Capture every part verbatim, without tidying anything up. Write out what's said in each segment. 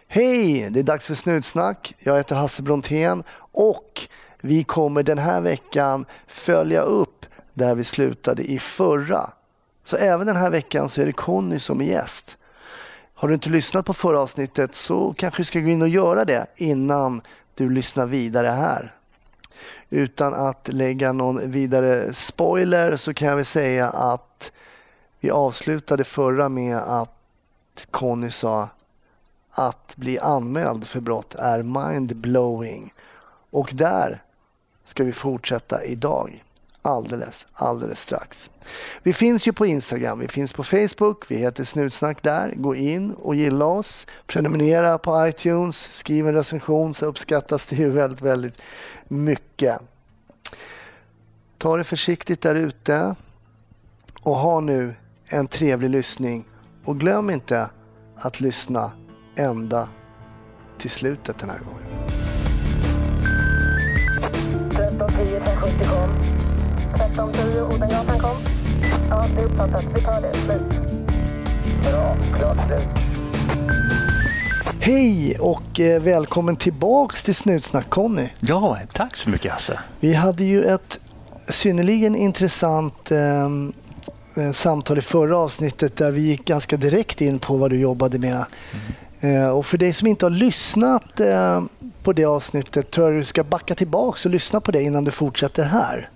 Hej, det är dags för Snutsnack. Jag heter Hasse Brontén och vi kommer den här veckan följa upp där vi slutade i förra. Så även den här veckan så är det Conny som är gäst. Har du inte lyssnat på förra avsnittet så kanske du ska gå in och göra det innan du lyssnar vidare här. Utan att lägga någon vidare spoiler så kan jag väl säga att vi avslutade förra med att Conny sa att bli anmäld för brott är mind-blowing. Och där ska vi fortsätta idag. Alldeles, alldeles strax. Vi finns ju på Instagram, vi finns på Facebook, vi heter Snutsnack där. Gå in och gilla oss, prenumerera på iTunes, skriv en recension så uppskattas det ju väldigt, väldigt mycket. Ta det försiktigt där ute och ha nu en trevlig lyssning. Och glöm inte att lyssna ända till slutet den här gången. tretton tio sjuttio kom. tretton tio Odengatan kom. Ja, det är uppfattat. Vi tar det. Slut. Bra, klart slut. Hej och eh, välkommen tillbaks till Snutsnack, Conny. Ja, tack så mycket Hasse. Vi hade ju ett synnerligen intressant eh, samtal i förra avsnittet där vi gick ganska direkt in på vad du jobbade med. Mm. Eh, och för dig som inte har lyssnat eh, på det avsnittet tror jag du ska backa tillbaka och lyssna på det innan du fortsätter här.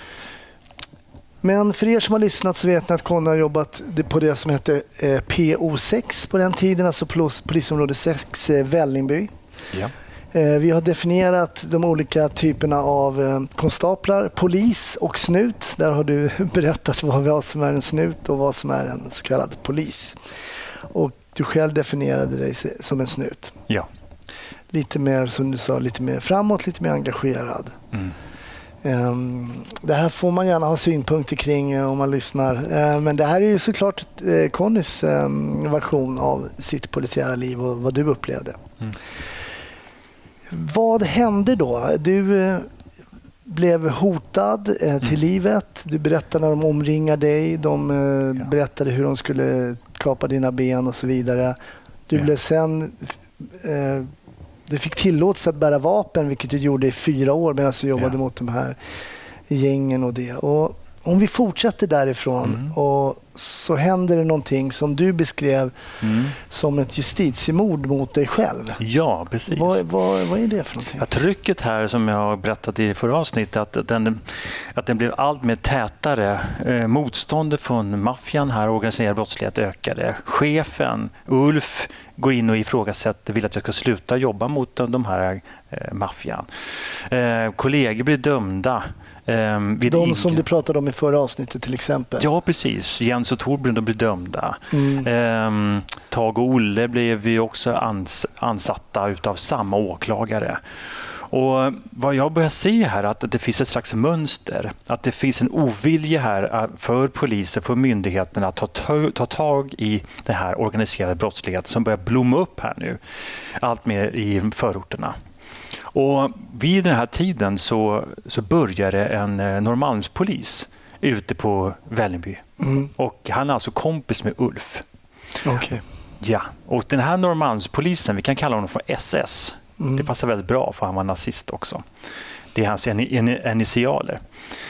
Men för er som har lyssnat så vet ni att Conny har jobbat på det som heter eh, P O sex på den tiden, alltså polis, polisområde sex eh, Vällingby. Ja. Eh, vi har definierat de olika typerna av eh, konstaplar, polis och snut. Där har du berättat vad, vad som är en snut och vad som är en så kallad polis. Och du själv definierade dig som en snut. Ja. Lite mer, som du sa, lite mer framåt, lite mer engagerad. Mm. Um, det här får man gärna ha synpunkter kring uh, om man lyssnar. Uh, men det här är ju såklart uh, Connys um, version av sitt polisiära liv och vad du upplevde. Mm. Vad hände då? Du uh, blev hotad uh, till mm. livet. Du berättade när de omringade dig. De uh, ja. berättade hur de skulle kapa dina ben och så vidare. Du ja. blev sen... Uh, Du fick tillåtelse att bära vapen, vilket du gjorde i fyra år medan du jobbade ja. mot de här gängen och det. Och om vi fortsätter därifrån mm. och så händer det någonting som du beskrev mm. som ett justitiemord mot dig själv. Ja, precis. Vad, vad, vad är det för någonting? Ja, trycket här som jag har berättat i förra avsnittet, att den, att den blev allt mer tätare. Eh, motståndet från maffian här, organiserad brottslighet, ökade. Chefen, Ulf, går in och ifrågasätter, vill att jag ska sluta jobba mot de här eh, maffian. Eh, kollegor blir dömda. Eh, de som du pratade om i förra avsnittet till exempel. Ja, precis. Jens och Torbjörn, de blir dömda. Mm. Eh, Tag och Olle blev ju också ans- ansatta utav samma åklagare. Och vad jag börjar se här är att det finns ett slags mönster. Att det finns en ovilja här för poliser, för myndigheterna att ta, ta, ta tag i den här organiserade brottsligheten som börjar blomma upp här nu. Allt mer i förorterna. Och vid den här tiden så, så började en Norrmalmspolis ute på Vällingby. Mm. Och han är alltså kompis med Ulf. Okay. Ja, och den här Norrmalmspolisen, vi kan kalla honom för S S. Mm. Det passar väldigt bra för han var nazist också. Det är hans initialer.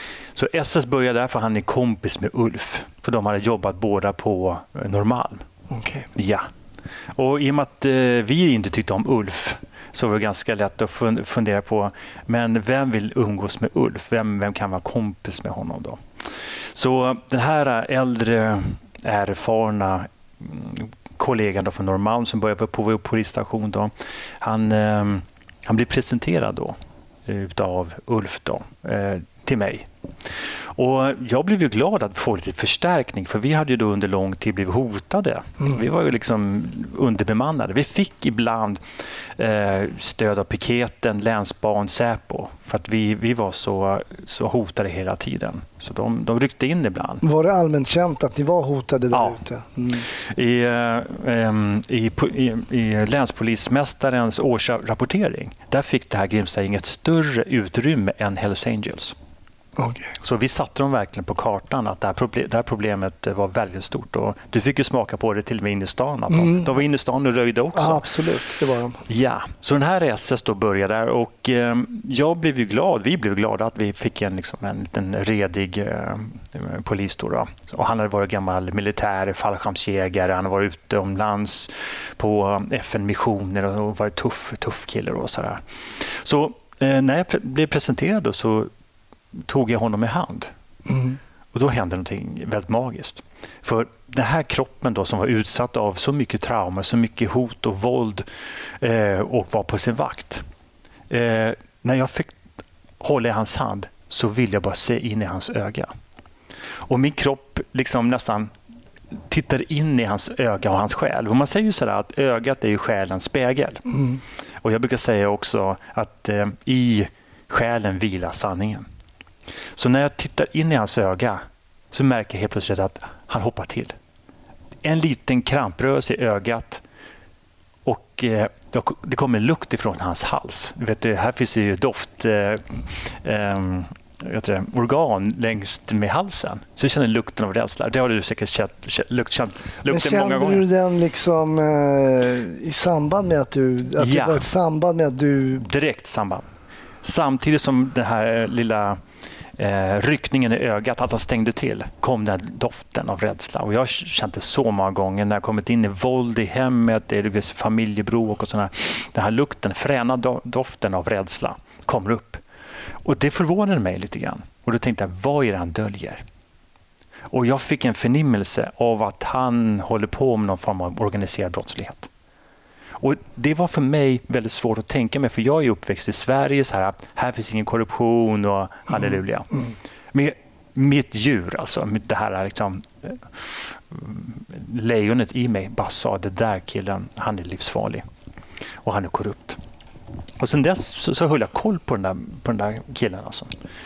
Så S S började därför han är kompis med Ulf. För de hade jobbat båda på Norrmalm. Okay. Ja. Och i och med att eh, vi inte tyckte om Ulf så var det ganska lätt att fundera på, men vem vill umgås med Ulf? Vem, vem kan vara kompis med honom då? Så den här äldre, erfarna kollegan då från Norrmalm som började på vår polisstation då, han, eh, han blev presenterad då utav Ulf då, eh, till mig. Och jag blev ju glad att få lite förstärkning, för vi hade ju då under lång tid blivit hotade. Mm. Vi var ju liksom underbemannade. Vi fick ibland eh, stöd av piketen, länsbarn, Säpo, för att vi, vi var så, så hotade hela tiden. Så de, de ryckte in ibland. Var det allmänt känt att ni var hotade där ja. ute? Mm. I, eh, i, i, i länspolismästarens årsrapportering, där fick det här Grimstad inget större utrymme än Hells Angels. Okay. Så vi satte dem verkligen på kartan att det här, problem, det här problemet var väldigt stort. Och du fick ju smaka på det till och med in i stan. Att mm. de, de var inne i stan och röjde också. Ja, absolut, det var de. Ja, så den här S S då började där och eh, jag blev ju glad, vi blev glada att vi fick en, liksom, en liten redig eh, polis då, då. Och han hade varit gammal militär, fallskärmsjägare, han hade varit utomlands på F N-missioner och varit tuff, tuff kille och sådär. Så eh, när jag pre- blev presenterad då, så tog jag honom i hand. Mm. Och då hände någonting väldigt magiskt. För den här kroppen då som var utsatt av så mycket trauma, så mycket hot och våld eh, och var på sin vakt. Eh, när jag fick hålla i hans hand så ville jag bara se in i hans öga. Och min kropp liksom nästan tittade in i hans öga och hans själ. Och man säger ju sådär att ögat är ju själens spegel. Mm. Och jag brukar säga också att eh, i själen vilar sanningen. Så när jag tittar in i hans öga så märker jag helt plötsligt att han hoppar till. En liten kramprörelse i ögat och eh, det kommer lukt ifrån hans hals. Vet du, här finns ju doft eh, eh, vet du, organ längst med halsen. Så jag känner lukten av rädsla. Det har du säkert känt, känt, känt lukten många gånger. Kände du den liksom eh, i samband med att du att ja. det var ett samband med att du direkt samband. Samtidigt som den här lilla Eh, ryckningen i ögat, att han stängde till, kom den doften av rädsla. Och jag kände så många gånger när jag kommit in i våld i hemmet, det är familjebråk och sådär. Den här lukten, fräna do- doften av rädsla kommer upp. Och det förvånade mig lite grann. Och då tänkte jag, vad är det han döljer? Och jag fick en förnimmelse av att han håller på med någon form av organiserad brottslighet. Och det var för mig väldigt svårt att tänka mig, för jag är uppväxt i Sverige så här, här finns ingen korruption och halleluja. Mm. Mm. Med mitt djur, alltså med det här liksom, lejonet i mig bara sa, det där killen, han är livsfarlig och han är korrupt. Och sen dess så, så höll jag koll på den där, på den där killen alltså.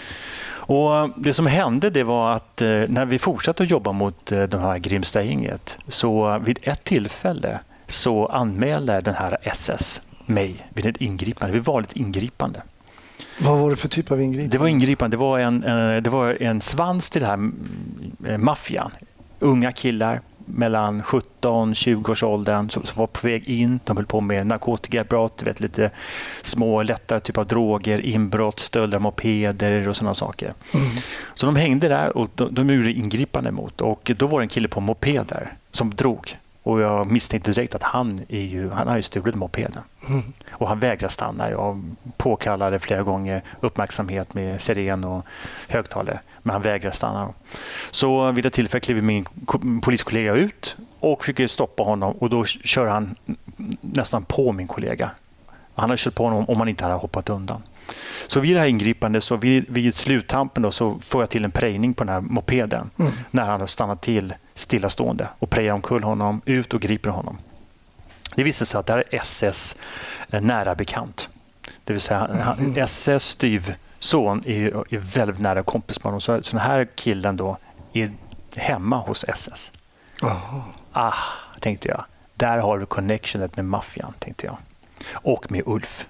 Och det som hände det var att eh, när vi fortsatte att jobba mot eh, de här Grimstad-gänget, så vid ett tillfälle så anmälde den här S S mig vid ett ingripande. Vi var lite ingripande. Vad var det för typ av ingripande? Det var ingripande. Det var en, det var en svans till det här maffian. Unga killar mellan sjutton och tjugo års åldern som, som var på väg in. De höll på med narkotikabrott, vet, lite små lättare typ av droger, inbrott, stölder, mopeder och sådana saker. Mm. Så de hängde där och de, de gjorde ingripande mot. Och då var det en kille på mopeder som drog. Och jag misstänkte direkt att han, är ju, han har ju stulit mopeden. Mm. Och han vägrar stanna. Jag påkallade flera gånger uppmärksamhet med siren och högtalare. Men han vägrar stanna. Så vid ett tillfälle klev min poliskollega ut och försöker stoppa honom. Och då kör han nästan på min kollega. Han har kört på honom om han inte hade hoppat undan. Så vid det här ingripande, så vid, vid sluttampen då, så får jag till en prejning på den här mopeden. Mm. När han har stannat till stillastående och prejar omkull honom, ut och griper honom. Det visar sig att det här är S S nära bekant. Det vill säga mm. S S styvson är, är väldigt nära kompis med honom. Så, så den här killen då är hemma hos S S. Oh. Ah, tänkte jag. Där har du connectionet med maffian, tänkte jag. Och med Ulf.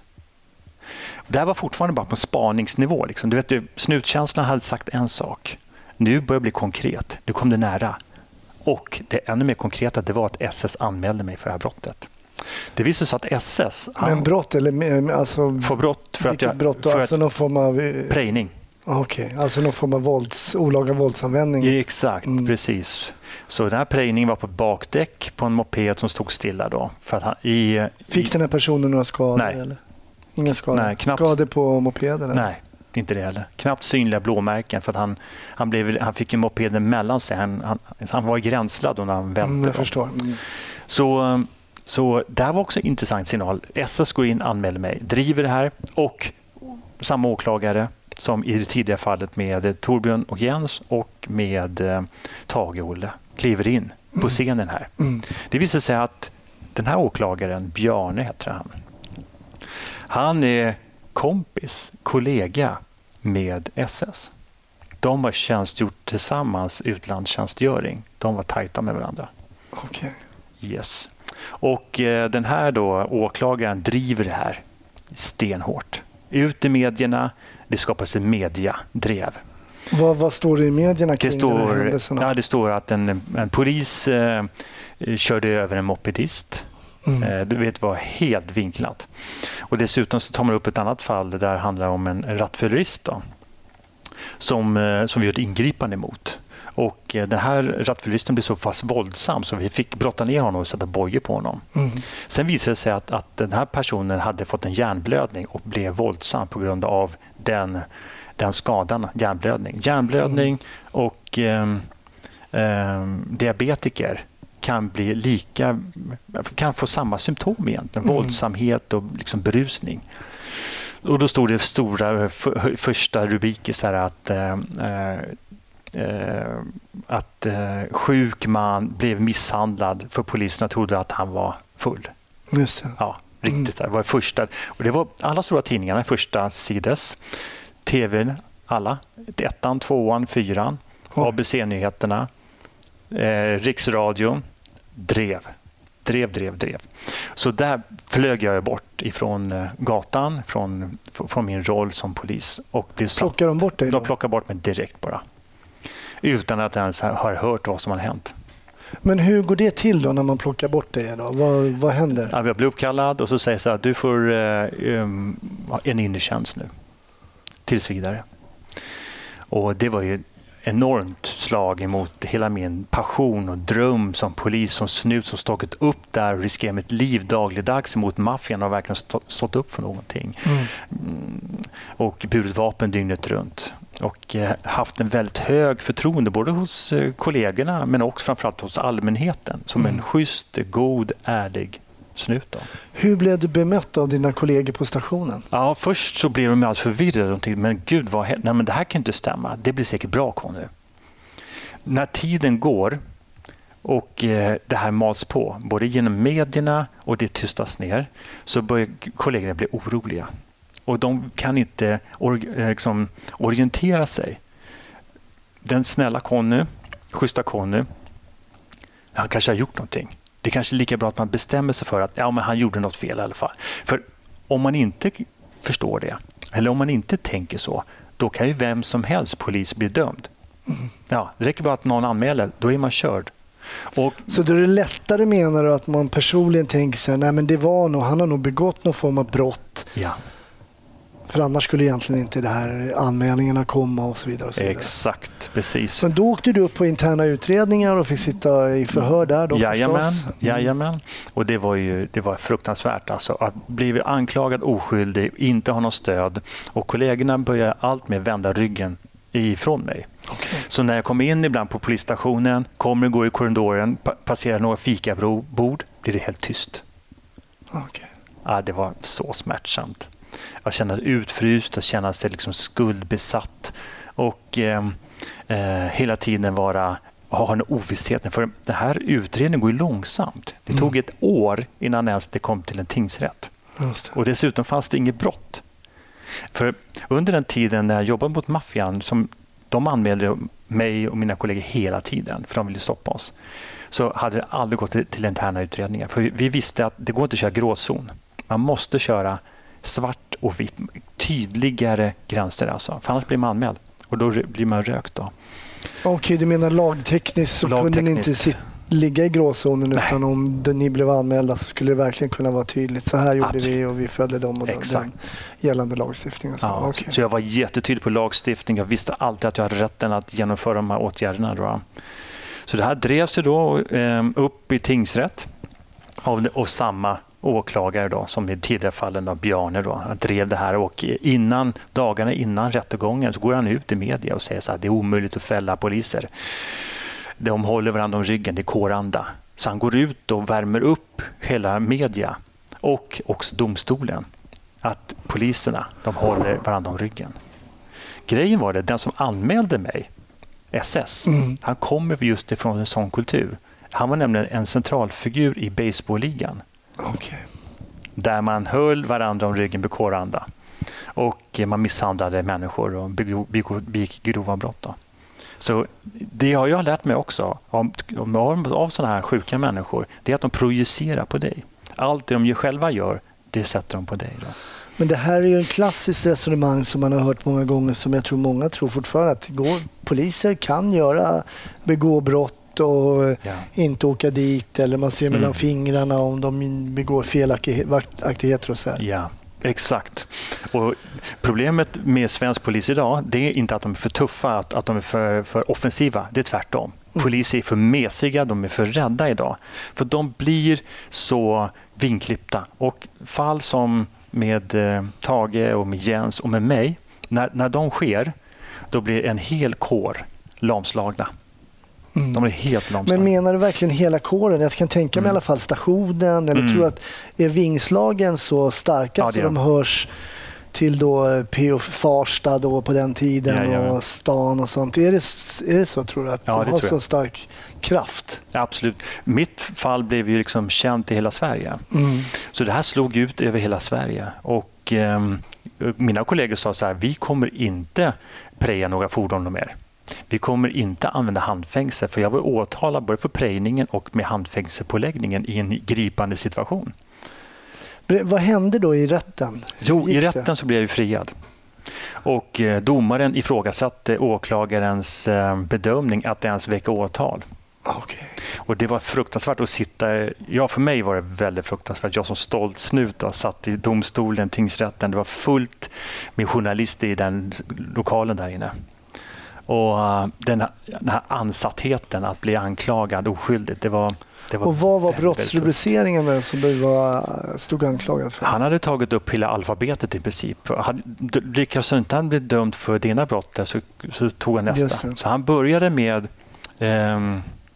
Det här var fortfarande bara på spaningsnivå. Liksom. Du vet, du, snutkänslan hade sagt en sak. Nu börjar det bli konkret. Nu kom det nära. Och det ännu mer konkreta det var att S S anmälde mig för det här brottet. Det visade sig att S S... Men brott eller... Alltså, för brott för att jag... Brott, för alltså någon form av... Prejning. Okej, okay. Alltså någon form av vålds, olaga våldsanvändning. Exakt, mm. precis. Så den här prejningen var på bakdäck på en moped som stod stilla då. För att han, i, Fick i, den här personen några skador? Nej. Eller? Inga skador? Nej, knappt, skador på mopeden? Eller? Nej, inte det heller. Knappt synliga blåmärken för att han, han, blev, han fick ju mopeden mellan sig. Han, han, han var gränslad då när han välte. Mm, jag förstår. Mm. Så, så det här var också en intressant signal. S S går in, anmäler mig, driver det här och samma åklagare som i det tidiga fallet med Torbjörn och Jens och med eh, Tage och Olle kliver in på scenen här. Mm. Det visar sig att den här åklagaren, Bjarne heter han. Han är kompis, kollega med S S. De har tjänstgjort tillsammans utlandstjänstgöring. De var tajta med varandra. Okay. Yes. Och eh, den här då, åklagaren driver det här stenhårt. Ut i medierna, det skapas en mediadrev. Vad, vad står det i medierna kring det står, den här händelsen? Ja, det står att en, en polis eh, körde över en mopedist. Mm. Eh, du vet, var helt vinklat. Och dessutom så tar man upp ett annat fall där det handlar om en rattfyllerist då, som, eh, som vi gör ett ingripande emot. Och eh, den här rattfylleristen blev så fast våldsam så vi fick brotta ner honom och sätta bojor på honom. Mm. Sen visade det sig att, att den här personen hade fått en hjärnblödning och blev våldsam på grund av den, den skadan, hjärnblödning. Hjärnblödning mm. och eh, eh, diabetiker kan bli lika, kan få samma symptom egentligen, mm. våldsamhet och liksom berusning. Och då stod det stora för, första rubriker så här att eh, eh, att eh, sjuk man blev misshandlad för poliserna trodde att han var full. Just det. Ja, riktigt. Mm. Det var första, och det var alla stora tidningarna, första sides, T V, alla, ettan, tvåan, fyran, oh. A B C-nyheterna, eh, Riksradion, drev. Drev, drev, drev. Så där flög jag bort ifrån gatan, från, från min roll som polis. Och blev plockar de bort dig då? De plockar bort mig direkt bara. Utan att jag ens har hört vad som har hänt. Men hur går det till då när man plockar bort dig? Då? Vad, vad händer? Ja, jag blir uppkallad och så säger så att du får uh, um, en inre tjänst nu. Tills vidare. Och det var ju enormt slag emot hela min passion och dröm som polis, som snut som stått upp där och riskerar mitt liv dagligdags emot maffian och verkligen stå, stått upp för någonting. Mm. Mm. Och burit vapen dygnet runt. Och eh, haft en väldigt hög förtroende både hos eh, kollegorna men också framförallt hos allmänheten som mm. en schysst, god, ärlig snut då. Hur blev du bemött av dina kollegor på stationen? Ja, först så blev de alldeles förvirrade. De tänkte, men gud, vad, nej, men det här kan inte stämma. Det blir säkert bra, Conny. När tiden går och eh, det här mals på, både genom medierna och det tystas ner, så börjar kollegorna bli oroliga. Och de kan inte or- liksom, orientera sig. Den snälla Conny, schyssta Conny, han kanske har gjort någonting. Det är kanske lika bra att man bestämmer sig för att ja, men han gjorde något fel i alla fall. För om man inte förstår det, eller om man inte tänker så, då kan ju vem som helst polis bli dömd. Mm. Ja, det räcker bara att någon anmäler, då är man körd. Och, så då är det lättare, menar du, att man personligen tänker sig, nej men det var nog, han har nog begått någon form av brott. Ja. För annars skulle egentligen inte det här anmälningarna komma och så vidare. Och så vidare. Exakt, precis. Men då åkte du upp på interna utredningar och fick sitta i förhör där då? Jajamän, förstås. Mm. jajamän. Och det var ju det var fruktansvärt. Alltså, att bli anklagad oskyldig, inte ha något stöd. Och kollegorna började allt med vända ryggen ifrån mig. Okay. Så när jag kom in ibland på polisstationen, kommer och går i korridoren, passerar några fikabord, blir det helt tyst. Okay. Ja, det var så smärtsamt. Jag kände utfryst, jag kände sig liksom skuldbesatt och eh, eh, hela tiden vara ha en ovisshet. För den här utredningen går ju långsamt. Det tog mm. ett år innan ens det kom till en tingsrätt. Och dessutom fanns det inget brott. För under den tiden när jag jobbade mot maffian, som de anmälde mig och mina kollegor hela tiden för de ville stoppa oss, så hade det aldrig gått till, till interna utredningar. För vi, vi visste att det går inte att köra gråzon. Man måste köra svart och vitt, tydligare gränser alltså. För annars blir man anmäld och då blir man rökt då. Okej, du menar lagtekniskt så lagtekniskt. Kunde ni inte sit, ligga i gråzonen. Nej. Utan om det, ni blev anmälda så skulle det verkligen kunna vara tydligt. Så här gjorde Absolut. vi och vi följde dem och Exakt. den gällande lagstiftningen. Så. Ja, okay. så jag var jättetydlig på lagstiftning. Jag visste alltid att jag hade rätten att genomföra de här åtgärderna. Då. Så det här drevs ju då eh, upp i tingsrätt av, och samma åklagare då, som i tidigare fallen av Bjarne då, han drev det här och innan, dagarna innan rättegången så går han ut i media och säger så här, det är omöjligt att fälla poliser. De håller varandra om ryggen, det är kåranda. Så han går ut och värmer upp hela media och också domstolen att poliserna, de håller varandra om ryggen. Grejen var det, den som anmälde mig, S S, mm. han kommer just ifrån en sån kultur. Han var nämligen en centralfigur i baseballligan. Okay. Där man höll varandra om ryggen med kåranda. Och man misshandlade människor och begick grova brott. Då. Så det har jag lärt mig också om, om, av sådana här sjuka människor, det är att de projicerar på dig. Allt det de själva gör, det sätter de på dig. Då. Men det här är ju en klassisk resonemang som man har hört många gånger, som jag tror många tror fortfarande, att går, poliser kan göra, begå brott och ja. inte åka dit, eller man ser mellan mm. fingrarna om de begår felaktigheter och så här. Ja. Exakt. Och problemet med svensk polis idag, det är inte att de är för tuffa, att, att de är för, för offensiva. Det är tvärtom. Poliser är för mesiga, de är för rädda idag. För de blir så vinklippta. Och fall som med eh, Tage och med Jens och med mig, när, när de sker, då blir en hel kår lamslagna. Mm. De är helt lamslagna. Men menar du verkligen hela kåren? Jag kan tänka mig mm. i alla fall stationen. Eller mm. tror att är vingslagen så starka ja, så de hörs till då P O Farstad då på den tiden ja, ja. och stan och sånt. Är det, är det så, tror du, att ja, de har så stark kraft? Ja, absolut. Mitt fall blev ju liksom känt i hela Sverige. Mm. Så det här slog ut över hela Sverige. Och eh, mina kollegor sa så här, vi kommer inte preja några fordon mer. Vi kommer inte använda handfängsel, för jag var åtalad både för prejningen och med handfängselpåläggningen i en gripande situation. Vad hände då i rätten? Jo, i rätten det? så blev jag friad. Och eh, domaren ifrågasatte åklagarens eh, bedömning att det ens väcka åtal. Okay. Och det var fruktansvärt att sitta, ja för mig var det väldigt fruktansvärt. Jag som stolt snut då, satt i domstolen, tingsrätten. Det var fullt med journalister i den lokalen där inne. Och uh, den, här, den här ansattheten att bli anklagad oskyldigt, det var, det var och vad var brottsrubriceringen med som du var, stod anklagad för? Han hade tagit upp hela alfabetet i princip. Lyckades han inte bli dömd för dina brott så, så tog han nästa. Så han började med eh,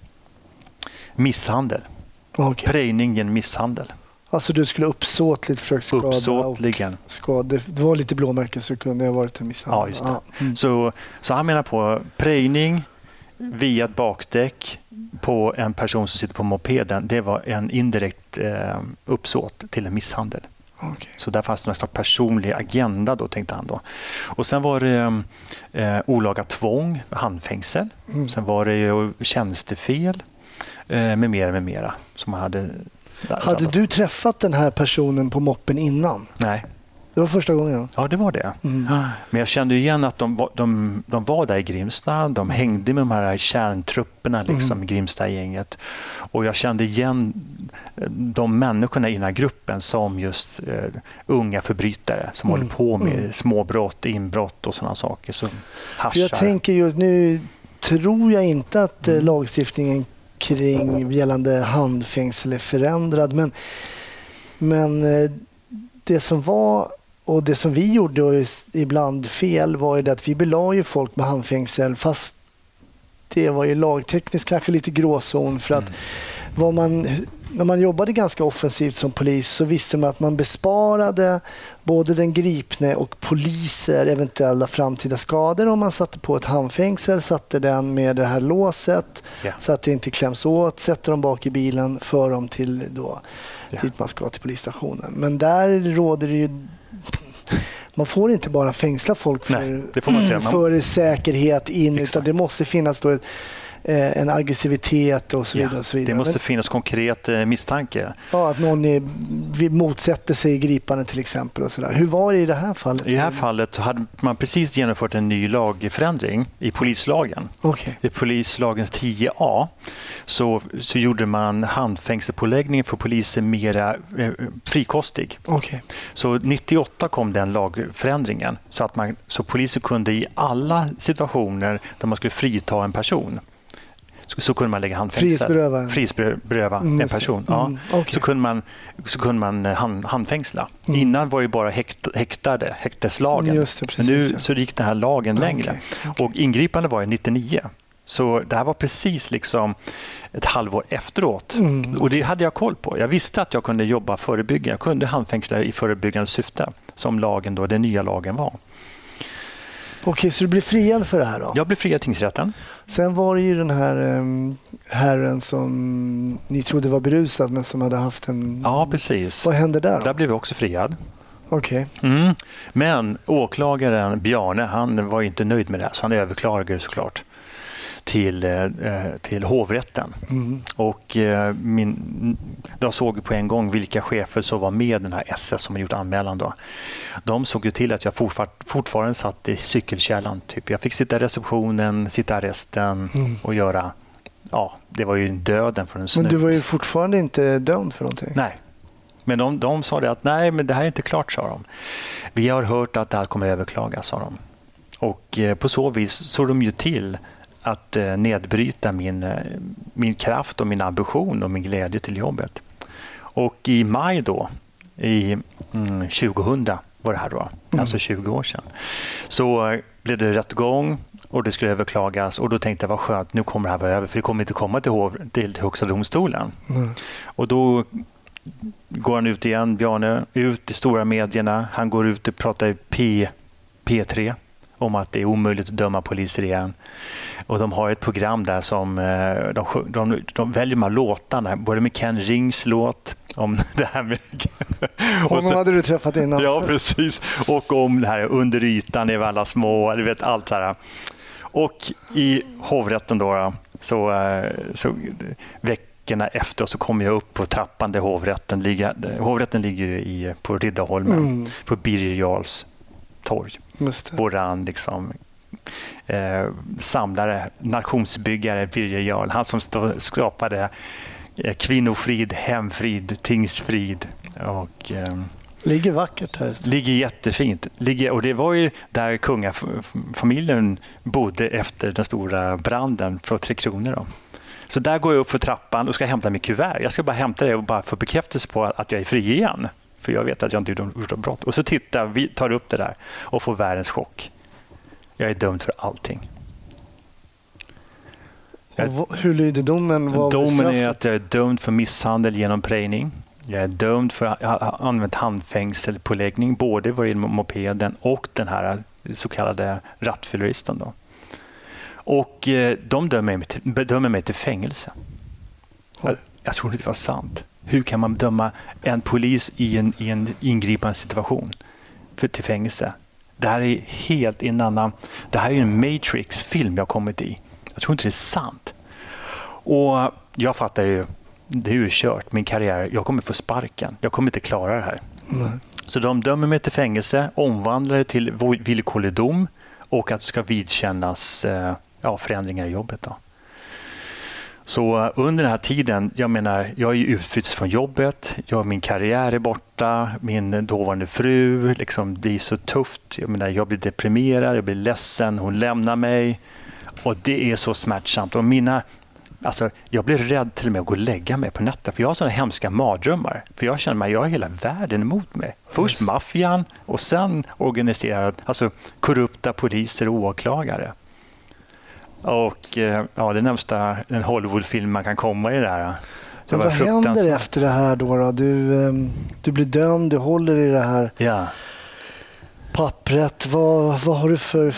misshandel. Okay. Prejning genom misshandel. Alltså du skulle uppsåtligt försöka skada. Uppsåtligen. Skada. Det var lite blåmärken så kunde jag ha varit en misshandel. Ja, just det. Ah. Mm. Så, så han menar på prejning via ett bakdäck på en person som sitter på mopeden. Det var en indirekt eh, uppsåt till en misshandel. Okay. Så där fanns det någon slags personlig agenda då, tänkte han då. Och sen var det eh, olaga tvång, handfängsel. Mm. Sen var det ju tjänstefel eh, med mera med mera som man hade. Där, hade du träffat den här personen på moppen innan? Nej. Det var första gången? Ja, det var det. Mm. Men jag kände igen att de var, de, de var där i Grimsta. De hängde med de här kärntrupperna, liksom, mm. Grimsta-gänget. Och jag kände igen de människorna i den här gruppen som just eh, unga förbrytare som mm. håller på med mm. småbrott, inbrott och sådana saker. Så För jag tänker just nu, tror jag inte att mm. lagstiftningen kring gällande handfängsel är förändrad, men, men det som var och det som vi gjorde och ibland fel var ju det att vi belade ju folk med handfängsel, fast det var ju lagtekniskt kanske lite gråzon, för att mm. vad man, när man jobbade ganska offensivt som polis så visste man att man besparade både den gripne och poliser eventuella framtida skador om man satte på ett handfängsel, satte den med det här låset yeah. så att det inte kläms åt, sätter dem bak i bilen, för dem till då, yeah. dit man ska till polisstationen. Men där råder det ju, man får inte bara fängsla folk för, Nej, det får man inte. för säkerhet in, utan det måste finnas då ett en aggressivitet och så vidare. Ja, och så vidare. Det måste finnas konkret eh, misstanke. Ja, att någon är, motsätter sig gripande till exempel. Och så där. Hur var det i det här fallet? I det här fallet hade man precis genomfört en ny lagförändring i polislagen. Okay. I polislagens tio A så, så gjorde man handfängselpåläggningen för poliser mera eh, frikostig. Okay. Så nittioåtta kom den lagförändringen så att man, så poliser kunde i alla situationer där man skulle frita en person Så, så kunde man lägga handfängsel. Frihetsberöva. Frihetsberöva mm, en person. Ja. Mm, okay. Så kunde man, så kunde man hand, handfängsla. Mm. Innan var det bara häkt, häktade, häkteslagen. Just det, precis, Men nu ja. så gick den här lagen okay. längre. Okay. Och ingripande var i nittionio. Så det här var precis liksom ett halvår efteråt. Mm. Och det hade jag koll på. Jag visste att jag kunde jobba förebyggande. Jag kunde handfängsla i förebyggande syfte. Som lagen då, den nya lagen var. Okej, så du blev friad för det här då? Jag blev friad i tingsrätten. Sen var det ju den här um, herren som ni trodde var berusad men som hade haft en... Ja, precis. Vad hände där då? Där blev jag också friad. Okej. Mm. Men åklagaren Bjarne, han var inte nöjd med det. Så han överklagade såklart till, eh, till hovrätten. Mm. Och eh, min, de såg på en gång vilka chefer som var med den här S S som har gjort anmälan då. De såg ju till att jag fortfar- fortfarande satt i cykelkällan. Typ. Jag fick sitta i receptionen, sitta i arresten mm. och göra... Ja, det var ju döden för en snut. Men du var ju fortfarande inte dömd för någonting. Nej. Men de, de sa det att nej, men det här är inte klart, sa de. Vi har hört att det här kommer överklagas, sa de. Och eh, på så vis såg de ju till att eh, nedbryta min, eh, min kraft och min ambition och min glädje till jobbet. Och i maj då, i mm, tjugohundra var det här då, mm. alltså tjugo år sedan, så eh, blev det rättegång och det skulle överklagas och då tänkte jag vad skönt, nu kommer det här vara över för det kommer inte komma till, hov, till, till högsta domstolen. Mm. Och då går han ut igen, Bjarne, ut i stora medierna. Han går ut och pratar i P, P tre om att det är omöjligt att döma poliser igen. Och de har ett program där som de, de, de väljer de här låtarna, både med Ken Rings låt om det här med... Honom hade du träffat innan. Ja, precis. Och om det här under ytan är alla små, du vet allt så här. Och i hovrätten då så, så veckorna efter så kommer jag upp på trappan där hovrätten ligger. Hovrätten ligger i, på Riddarholmen, mm. på Birger Jarls torg. Våran liksom, eh, samlare, nationsbyggare Birger Jarl. Han som stå, skapade eh, kvinnofrid, hemfrid, tingsfrid. Och, eh, ligger vackert här. Ligger jättefint. Ligger, och det var ju där kungafamiljen bodde efter den stora branden för Tre Kronor. Då. Så där går jag upp för trappan och ska hämta mitt kuvert. Jag ska bara hämta det och bara få bekräftelse på att jag är fri igen. För jag vet att jag inte gjort något brott. Och så tittar vi, tar upp det där och får världens chock. Jag är dömd för allting. Och hur lyder domen? Vad domen är att jag är dömd för misshandel genom prejning. Jag är dömd för att ha använt handfängselpåläggning både vad gäller mopeden och den här så kallade rattfylleristen då. Och eh, de dömer mig, till, dömer mig till fängelse. Jag, jag tror inte det var sant. Hur kan man döma en polis i en, i en ingripande situation för, till fängelse? Det här är helt en annan... Det här är en Matrix-film jag kommit i. Jag tror inte det är sant. Och jag fattar ju, det är ju kört, min karriär. Jag kommer få sparken. Jag kommer inte klara det här. Nej. Så de dömer mig till fängelse, omvandlar det till villkorlig dom och att det ska vidkännas ja, förändringar i jobbet då. Så under den här tiden, jag menar, jag är ju utflytt från jobbet, jag, min karriär är borta, min dåvarande fru, liksom, det är så tufft. Jag menar, jag blir deprimerad, jag blir ledsen, hon lämnar mig och det är så smärtsamt. Och mina, alltså, jag blir rädd till och med att gå och lägga mig på natten för jag har sådana hemska mardrömmar. För jag känner mig, jag har hela världen emot mig. Först maffian och sen organiserad, alltså korrupta poliser och åklagare. Och ja, det är närmsta en Hollywoodfilm man kan komma i det här. Det vad händer efter det här då? då? Du, du blir dömd, du håller i det här ja. pappret. Vad, vad har du för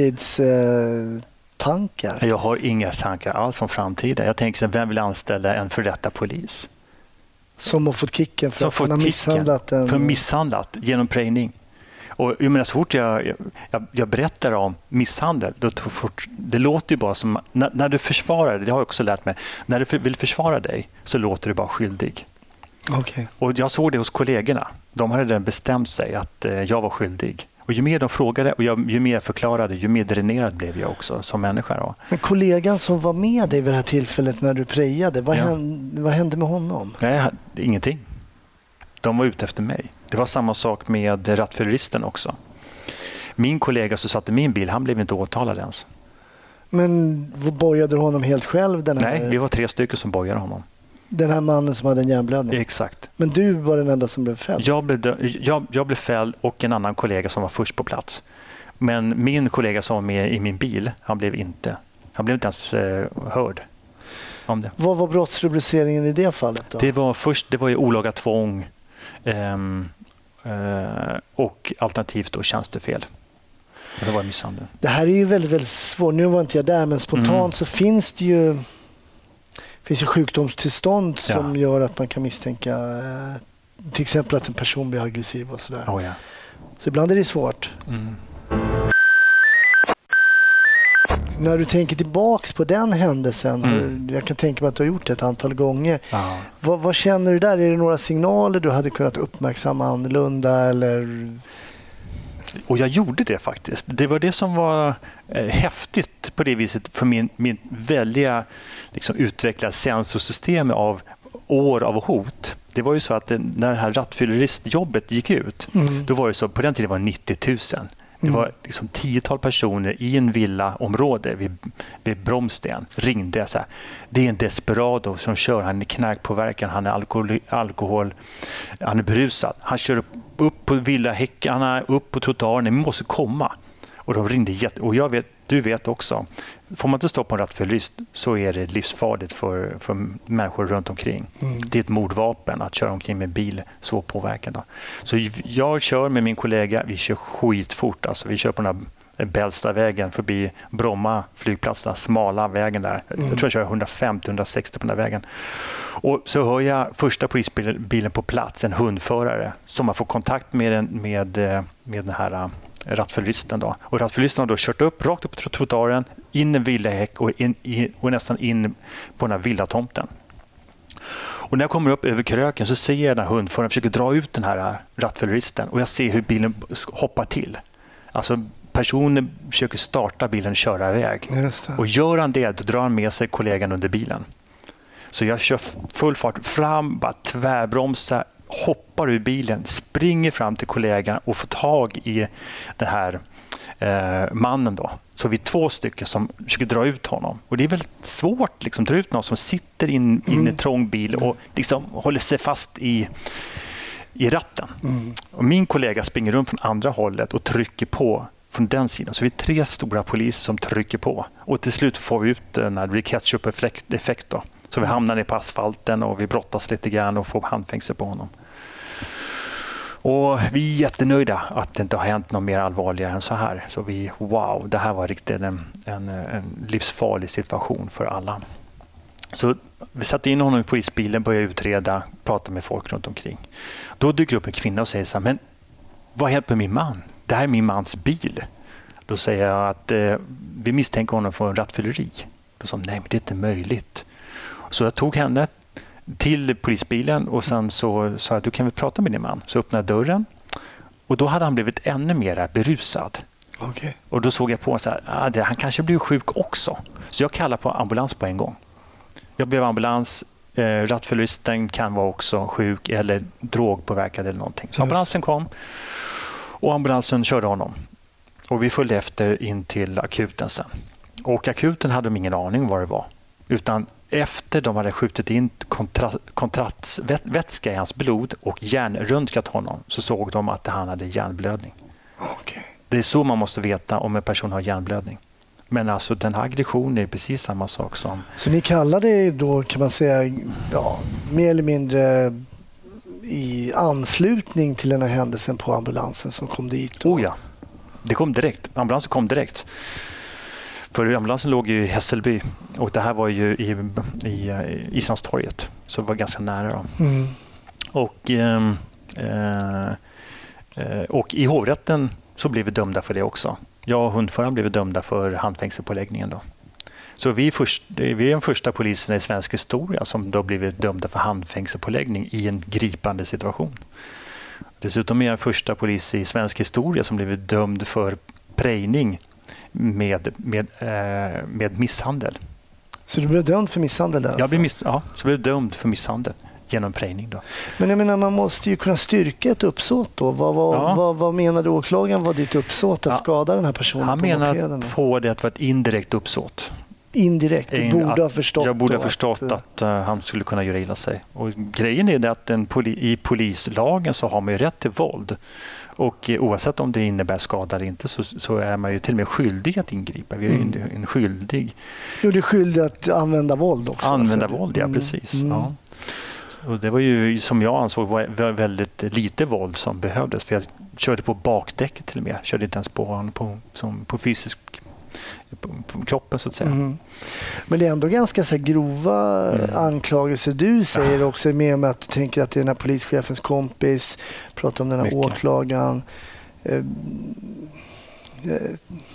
framtidstankar? Jag har inga tankar alls om framtiden. Jag tänker sig, vem vill anställa en fördetta polis? Som har fått kicken för Som att han har misshandlat en... För misshandlat genom prejning. Och jag menar, så fort jag, jag, jag berättar om misshandel, då, det låter ju bara som... När, när du försvarar dig, det har jag också lärt mig, när du vill försvara dig så låter du bara skyldig. Okay. Och jag såg det hos kollegorna. De hade bestämt sig att eh, jag var skyldig. Och ju mer de frågade och jag, ju mer jag förklarade, ju mer dränerad blev jag också som människa. Då. Men kollegan som var med dig vid det här tillfället när du prejade, vad, ja. hände, vad hände med honom? Nej, ingenting. De var ute efter mig. Det var samma sak med rattfylleristen också. Min kollega som satt i min bil, han blev inte åtalad ens. Men bojade du honom helt själv? Den här... Nej, vi var tre stycken som bojade honom. Den här mannen som hade en hjärnblödning? Exakt. Men du var den enda som blev fälld? Jag blev, jag, jag blev fälld och en annan kollega som var först på plats. Men min kollega som var med i min bil, han blev inte, han blev inte ens eh, hörd om det. Vad var brottsrubriceringen i det fallet då? Det var först, det var ju olaga tvång um, uh, och alternativt då tjänstefel. Det var misshandel. Det här är ju väldigt, väldigt svårt. Nu var inte jag där, men spontant mm. så finns det ju finns ju sjukdomstillstånd som ja. gör att man kan misstänka eh, till exempel att en person blir aggressiv och sådär. Oh, ja. Så ibland är det svårt. Mm. När du tänker tillbaks på den händelsen, Mm. jag kan tänka mig att du har gjort det ett antal gånger. Ja. Vad, vad känner du där? Är det några signaler du hade kunnat uppmärksamma annorlunda? Eller? Och jag gjorde det faktiskt. Det var det som var eh, häftigt på det viset för min, min välja liksom, utvecklade sensorsystem av år av hot. Det var ju så att det, när det här rattfylleristjobbet gick ut, mm. då var det så, på den tiden var det nittio tusen. Det var liksom tiotal personer i en villaområde vid, vid Bromsten ringde så här. Det är en desperado som kör, han är knarkpåverkan, han är alkohol, alkohol han är berusad. Han kör upp, upp på villahäckarna, upp på trottoaren, ni måste komma. Och de ringde jätte... Och jag vet, du vet också, får man inte stå på en rattfyllerist så är det livsfarligt för, för människor runt omkring. Mm. Det är ett mordvapen att köra omkring med bil så påverkad. Så jag kör med min kollega, vi kör skitfort. Alltså vi kör på den här Bällstavägen förbi Bromma flygplats, den smala vägen där. Mm. Jag tror jag kör hundrafemtio till hundrasextio på den här vägen. Och så hör jag första polisbilen på plats, en hundförare som har fått kontakt med, den, med, med den här rattfylleristen då. Och rattfylleristen har då kört upp rakt upp på trottoaren, in i en villahäck och, in, in, och nästan in på den här villatomten. Och när jag kommer upp över kröken så ser jag den här hundföraren försöker dra ut den här rattfylleristen och jag ser hur bilen hoppar till. Alltså personen försöker starta bilen och köra iväg. Och gör han det, då drar han med sig kollegan under bilen. Så jag kör full fart fram, bara tvärbromsar, hoppar ur bilen, springer fram till kollegan och får tag i den här eh, mannen då. Så vi är två stycken som försöker dra ut honom. Och det är väldigt svårt liksom, att dra ut någon som sitter in, mm. in i en trång bil och liksom håller sig fast i, i ratten. Mm. Och min kollega springer runt från andra hållet och trycker på från den sidan. Så vi är tre stora poliser som trycker på. Och till slut får vi ut den här ketchup-effekt då. Så vi hamnar ner på asfalten och vi brottas lite grann och får handfängsel på honom. Och vi är jättenöjda att det inte har hänt något mer allvarligare än så här. Så vi, wow, det här var riktigt en, en, en livsfarlig situation för alla. Så vi satte in honom i polisbilen, började utreda, prata med folk runt omkring. Då dyker upp en kvinna och säger så här, men vad händer med min man? Det här är min mans bil. Då säger jag att eh, vi misstänker honom för en rattfylleri. Då sa han, nej men det är inte möjligt. Så jag tog henne till polisbilen och sen så sa jag, du kan väl prata med din man. Så öppnade jag dörren och då hade han blivit ännu mer berusad. Okay. Och då såg jag på så här, ah, det, han kanske blir sjuk också. Så jag kallade på ambulans på en gång. Jag blev ambulans, eh, rattfylleristen kan vara också sjuk eller drogpåverkad eller någonting. Så ambulansen kom och ambulansen körde honom. Och vi följde efter in till akuten sen. Och akuten hade de ingen aning vad det var. Utan efter de hade skjutit in kontra- kontraktsvätska i hans blod och hjärnröntgat honom så såg de att han hade hjärnblödning. Okay. Det är så man måste veta om en person har hjärnblödning. Men alltså den här aggressionen är precis samma sak som... Så ni kallade det då, kan man säga, ja, mer eller mindre i anslutning till den här händelsen på ambulansen som kom dit? Och... Oh ja, det kom direkt. Ambulansen kom direkt. För ambulansen låg ju i Hässelby och det här var ju i, i, i Islandstorget. Så det var ganska nära dem. Mm. Och, eh, eh, och i hovrätten så blev vi dömda för det också. Jag och hundföraren blev dömda för handfängselpåläggningen då. Så vi är, först, vi är den första polisen i svensk historia som då blivit dömda för handfängselpåläggning i en gripande situation. Dessutom är jag den första polis i svensk historia som blivit dömd för prejning med, med, eh, med misshandel. Så du blev dömd för misshandel där? Jag alltså? blev miss, ja, så blev jag dömd för misshandel genom prejning då. Men jag menar, man måste ju kunna styrka ett uppsåt då. Vad, vad, ja. vad, vad menade åklagaren var ditt uppsåt att ja. skada den här personen? Han på menar på det att det var ett indirekt uppsåt. Indirekt? Du borde ha förstått Jag borde ha att, förstått att, att uh, han skulle kunna göra illa sig. Och grejen är det att en poli- i polislagen så har man ju rätt till våld. Och eh, oavsett om det innebär skada eller inte så, så är man ju till och med skyldig att ingripa. Vi är mm. ju en, en skyldig... Jo, det är skyldig att använda våld också. Använda alltså. våld, ja mm. precis. Mm. Ja. Och det var ju som jag ansåg var väldigt lite våld som behövdes. För jag körde på bakdäcket till och med. Jag körde inte ens på honom på, som, på fysisk på, på kroppen så att säga. Mm. Men det är ändå ganska så här grova mm. anklagelser. Du säger också med mig att du tänker att det är den här polischefens kompis, pratar om den här Mycket. åklagaren. Eh,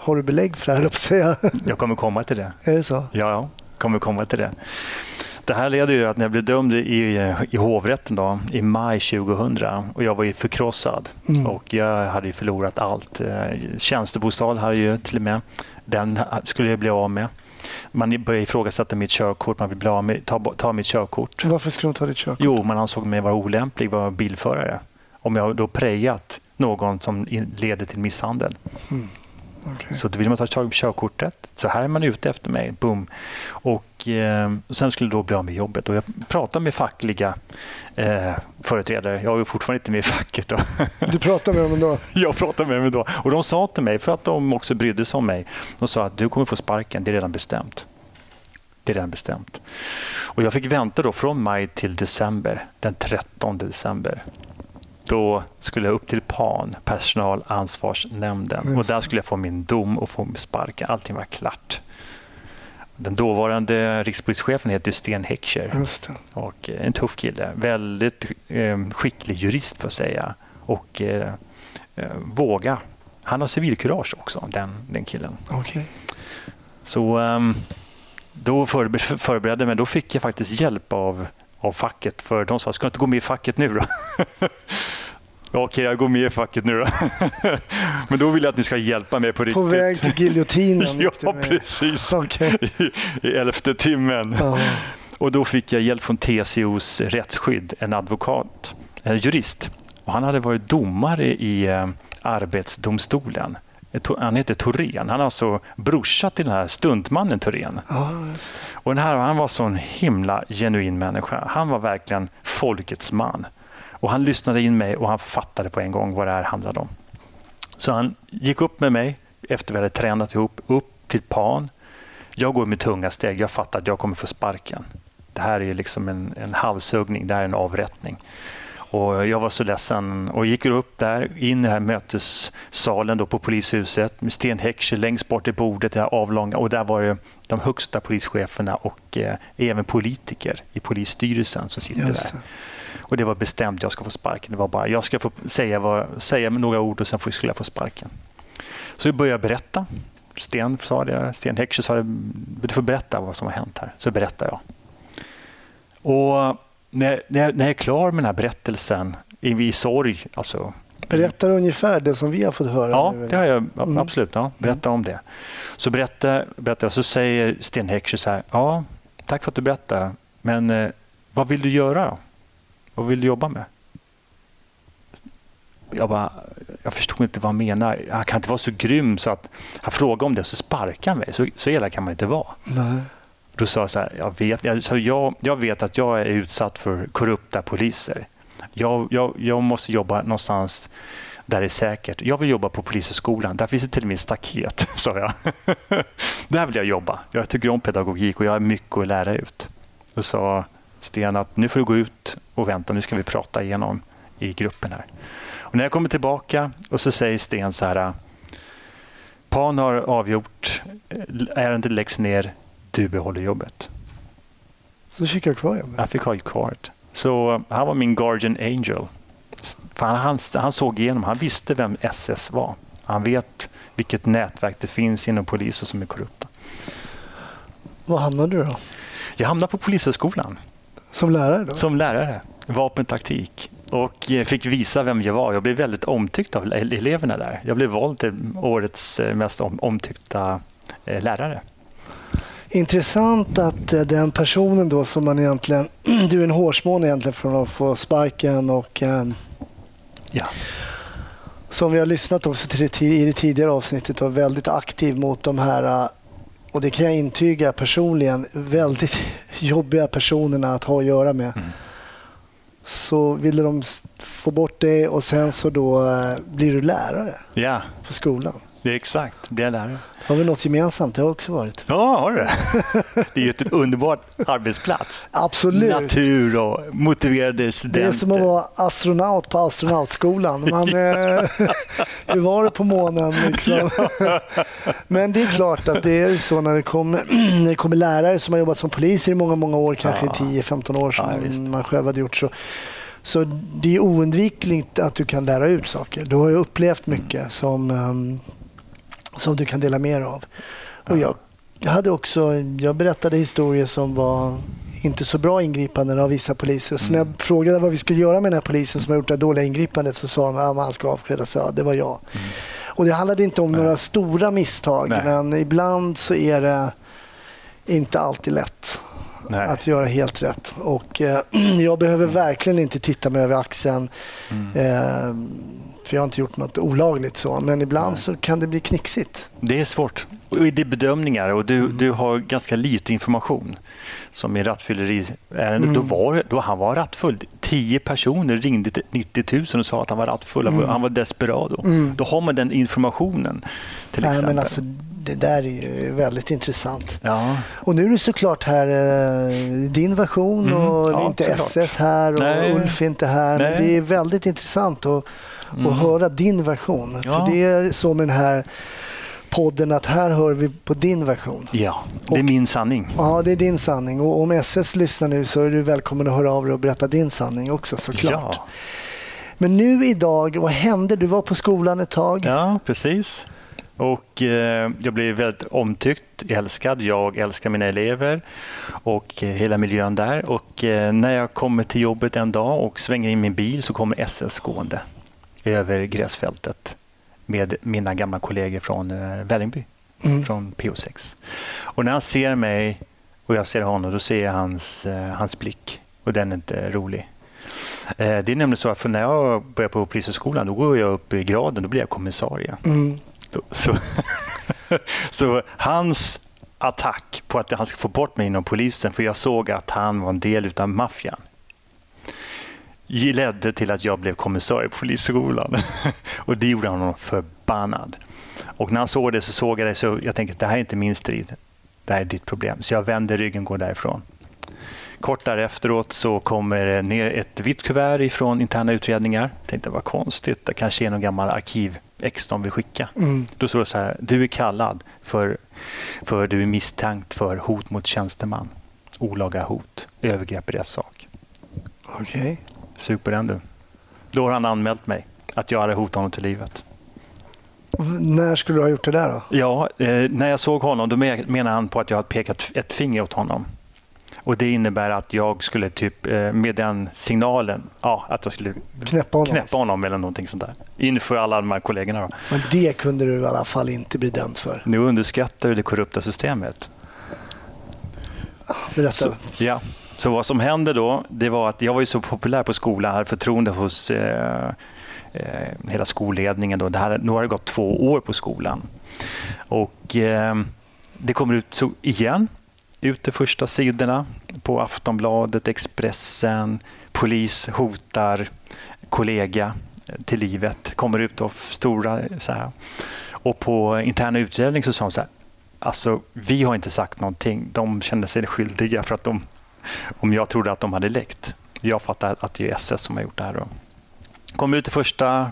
har du belägg för det här, höll jag på att säga? Jag kommer komma till det. Är det så? Ja, ja, kommer komma till det. Det här leder ju att när jag blev dömd i, i hovrätten då, i maj tjugohundra och jag var ju förkrossad mm. och jag hade ju förlorat allt. Tjänstebostad hade ju till och med, den skulle jag bli av med. Man började ifrågasätta mitt körkort, man vill bli av med, ta, ta mitt körkort. Varför skulle de ta ditt körkort? Jo, man ansåg mig vara olämplig, vara bilförare. Om jag då prejat någon som leder till misshandel. Mm. Okay. Så då vill man ta körkortet. Så här är man ute efter mig. Boom. Och eh, sen skulle jag då bli av med jobbet. Och jag pratade med fackliga eh, företrädare. Jag är fortfarande inte med i facket. Då. Du pratade med dem då? Jag pratade med dem då. Och de sa till mig, för att de också brydde sig om mig. De sa att du kommer få sparken. Det är redan bestämt. Det är redan bestämt. Och jag fick vänta då från maj till december. Den trettonde december. Då skulle jag upp till P A N, personalansvarsnämnden. Och där skulle jag få min dom och få min sparken. Allting var klart. Den dåvarande rikspolischefen heter Sten Heckscher. Just det. Och en tuff kille. Väldigt eh, skicklig jurist för att säga. Och eh, eh, våga. Han har civilkurage också, den, den killen. Okay. Så eh, då förberedde, förberedde mig. Då fick jag faktiskt hjälp av av facket, för de sa, ska inte gå med i facket nu då? Okej, jag går med i facket nu då. Men då vill jag att ni ska hjälpa mig på riktigt. På väg till giljotinen. Ja, precis. Okay. I, I elfte timmen. Uh-huh. Och då fick jag hjälp från T C O:s rättsskydd, en advokat, en jurist. Och han hade varit domare i eh, arbetsdomstolen. Han heter Thorén. Han är alltså brorsa till den här stuntmannen Thorén. Ja, just det. Och den här, han var så en himla genuin människa. Han var verkligen folkets man. Och han lyssnade in mig och han fattade på en gång vad det här handlade om. Så han gick upp med mig efter vi hade tränat ihop, upp till P A N. Jag går med tunga steg. Jag fattar att jag kommer få sparken. Det här är liksom en, en halshuggning. Det här är en avrättning. Och jag var så ledsen och gick upp där in i den här mötessalen då på polishuset med Sten Heckscher längst bort i bordet, det här avlånga, och där var det de högsta polischeferna och eh, även politiker i polisstyrelsen som sitter där. Och det var bestämt, jag ska få sparken. Det var bara, jag ska få säga, vad, säga några ord och sen skulle jag få sparken. Så jag började berätta. Sten sa det, Sten Heckscher sa det, du får berätta vad som har hänt här. Så berättade jag. Och När, när, jag, när jag är klar med den här berättelsen i, i sorg. Alltså, berättar ungefär det som vi har fått höra? Ja, nu, det har jag mm. absolut. Ja, berätta om det. Så berättar, berättar, så säger Sten Heckscher så här, ja, tack för att du berättar. Men eh, vad vill du göra då? Vad vill du jobba med? Jag bara, jag förstod inte vad han menar. Han kan inte vara så grym så att han frågar om det så sparkar han mig. Så, så elak kan man inte vara. Nej. Då sa jag så här, jag vet, jag, jag, jag vet att jag är utsatt för korrupta poliser. Jag, jag, jag måste jobba någonstans där det är säkert. Jag vill jobba på polishögskolan. Där finns det till och med staket, sa jag. Där vill jag jobba. Jag tycker om pedagogik och jag har mycket att lära ut. Då sa Sten att nu får du gå ut och vänta. Nu ska vi prata igenom i gruppen här. Och när jag kommer tillbaka och så säger Sten så här, P A N har avgjort, ärendet läggs ner, du behåller jobbet. Så fick jag kvar jobbet? Jag fick ha kvar. Så han var min guardian angel. Han, han, han såg igenom, han visste vem S S var. Han vet vilket nätverk det finns inom polisen som är korrupta. Vad hamnade du då? Jag hamnade på polishögskolan. Som lärare då? Som lärare. Vapentaktik. Och fick visa vem jag var. Jag blev väldigt omtyckt av eleverna där. Jag blev vald till årets mest om, omtyckta eh, lärare. Intressant att den personen då som man egentligen, du är en hårsmån egentligen från att få sparken och eh, ja. Som vi har lyssnat också till det, i det tidigare avsnittet var väldigt aktiv mot de här, och det kan jag intyga personligen, väldigt jobbiga personerna att ha att göra med. Mm. Så ville de få bort det och sen så då eh, blir du lärare ja. På skolan. Det är exakt, blir jag lärare. Har vi något gemensamt? Det har också varit. Ja, har det. Det är ju ett underbart arbetsplats. Absolut. Natur och motiverade studenter. Det är som att vara astronaut på astronautskolan. Man, eh, hur var det på månen? Liksom? Ja. Men det är klart att det är så när det kommer, när det kommer lärare som har jobbat som poliser i många, många år, kanske ja. tio femton år sedan ja, man själv hade gjort så. Så det är oundvikligt att du kan lära ut saker. Du har ju upplevt mycket mm. som... Um, som du kan dela mer av. Och jag, jag hade också, jag berättade historier som var inte så bra ingripanden av vissa poliser. Så när jag frågade vad vi skulle göra med den här polisen som har gjort det dåliga ingripandet, så sa de att man ska avskedas. Ja, det var jag. Mm. Och det handlade inte om Nej. några stora misstag, Nej. men ibland så är det inte alltid lätt Nej. att göra helt rätt. Och eh, jag behöver mm. verkligen inte titta mig över axeln. Mm. Eh, för jag har inte gjort något olagligt så. Men ibland Nej. så kan det bli knixigt. Det är svårt. Och det är bedömningar och du, mm. du har ganska lite information. Som i rattfylleriärendet. Mm. Då, var, då han var rattfull. Tio personer ringde till nittio tusen och sa att han var rattfull. Mm. Han var desperado. Mm. Då har man den informationen till Nej, exempel. Men alltså, det där är ju väldigt intressant. Ja. Och nu är det såklart här din version mm. och ja, inte såklart. S S här och Nej. Ulf inte här. Nej. Men det är väldigt intressant att, mm. att höra din version. Ja. För det är så med den här podden att här hör vi på din version. Ja, det är och, min sanning. Ja, det är din sanning. Och om S S lyssnar nu så är du välkommen att höra av dig och berätta din sanning också, såklart. Ja. Men nu idag, vad hände? Du var på skolan ett tag. Ja, precis. Och eh, jag blev väldigt omtyckt, älskad. Jag älskar mina elever och eh, hela miljön där. Och eh, när jag kommer till jobbet en dag och svänger in min bil så kommer S S gående över gräsfältet med mina gamla kollegor från eh, Vällingby, mm. från P O sex. Och när han ser mig och jag ser honom, då ser jag hans, eh, hans blick. Och den är inte rolig. Eh, det är nämligen så att för när jag börjar på polishögskolan, då går jag upp i graden, då blir jag kommissarie. Mm. Så, så hans attack på att han ska få bort mig inom polisen, för jag såg att han var en del av maffian, ledde till att jag blev kommissarie på polisskolan. Och det gjorde honom förbannad. Och när han såg det så såg jag det, så jag tänkte att det här är inte min strid. Det här är ditt problem. Så jag vände ryggen och går därifrån. Kort därefteråt så kommer det ner ett vitt kuvert ifrån interna utredningar. Jag tänkte, vad konstigt. Det kanske är någon gammal arkivex de vill skicka. Mm. Då står det så här: du är kallad för, för du är misstänkt för hot mot tjänsteman. Olaga hot. Övergrepp i rättssak. Okej. Okay. Super den du. Då har han anmält mig att jag hade hotat honom till livet. När skulle du ha gjort det där då? Ja, eh, när jag såg honom då menar han på att jag hade pekat ett finger åt honom. Och det innebär att jag skulle typ eh, med den signalen, ja, att jag skulle knäppa honom, knäppa honom eller någonting sånt där. Inför alla de här kollegorna då. Men det kunde du i alla fall inte bli dömd för. Nu underskattar du det korrupta systemet. Berätta. Så, ja. Så vad som hände då, det var att jag var ju så populär på skolan, hade förtroende hos eh, eh, hela skolledningen. Då. Det här, nu har det gått två år på skolan. Och eh, det kommer ut så igen, ut de första sidorna på Aftonbladet, Expressen, polis hotar kollega till livet, kommer ut av stora så här. Och på interna utredning så sa de så här, alltså vi har inte sagt någonting, de kände sig skyldiga för att de, om jag trodde att de hade läckt. Jag fattar att det är S S som har gjort det här då. Kom ut i första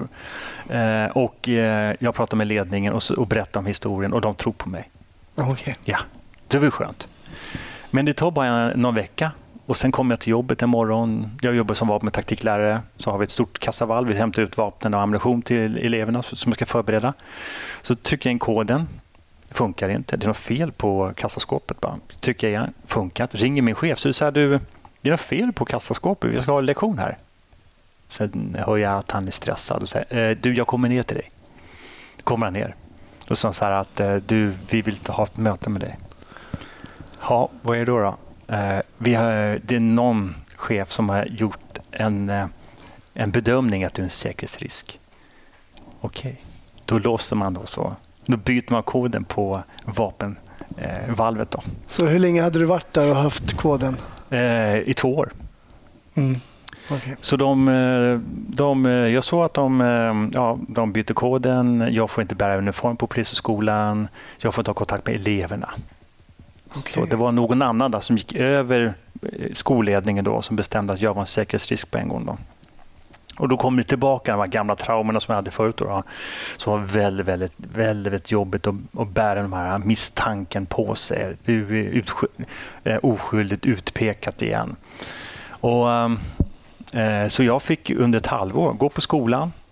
och jag pratade med ledningen och berättade om historien och de tror på mig. Okay. Ja, det var skönt. Men det tar bara någon vecka och sen kommer jag till jobbet en morgon. Jag jobbar som vapen- och taktiklärare. Så har vi ett stort kassavalv. Vi hämtar ut vapnen och ammunition till eleverna som ska förbereda. Så trycker jag in koden. Det funkar inte. Det är något fel på kassaskåpet. Bara. Trycker jag igen. Funkar. Ringer min chef. Så säger du, det är något fel på kassaskåpet. Jag ska ha en lektion här. Sen hör jag att han är stressad och säger, du, jag kommer ner till dig. Kommer han ner. Då sa han så här att du, vi vill ha ett möte med dig. Ja, vad är det då? då? Eh, vi har, det är någon chef som har gjort en, eh, en bedömning att du är en säkerhetsrisk. Okej, okay. Då låser man då så. Då byter man koden på vapenvalvet eh, då. Så hur länge hade du varit där och haft koden? Eh, I två år. Mm. Okay. Så de, de, jag såg att de, ja, de byter koden. Jag får inte bära uniform på polishögskolan. Jag får ta kontakt med eleverna. Okay. Så det var någon annan där som gick över skolledningen då, som bestämde att jag var en säkerhetsrisk på en gång. Då. Och då kom det tillbaka de här gamla traumerna som jag hade förut. Då, som var väldigt, väldigt, väldigt jobbigt att, att bära de här misstanken på sig. Du är utsky, oskyldigt utpekat igen. Och... Så jag fick under ett halvår gå på skolan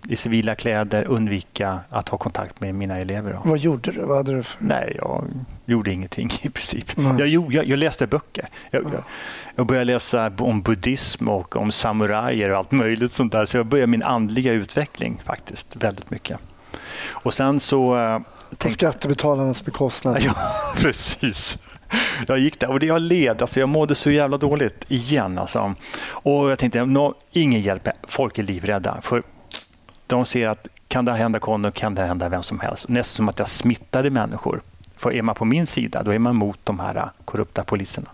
i civila kläder, undvika att ha kontakt med mina elever. Då. Vad gjorde du? Vad hade du för... Nej, jag gjorde ingenting i princip. Mm. Jag, jag, jag läste böcker. Jag, jag, jag började läsa om buddhism och om samurajer och allt möjligt sånt där. Så jag började min andliga utveckling faktiskt väldigt mycket. Och sen så... Äh, På tänkte... skattebetalarnas bekostnad. Ja, precis. Jag gick där och det jag led, alltså jag mådde så jävla dåligt igen. Alltså. Och jag tänkte, no, ingen hjälp, folk är livrädda. För de ser att kan det hända Conny, kan det hända vem som helst. Nästan som att jag smittade människor. För är man på min sida, då är man mot de här korrupta poliserna.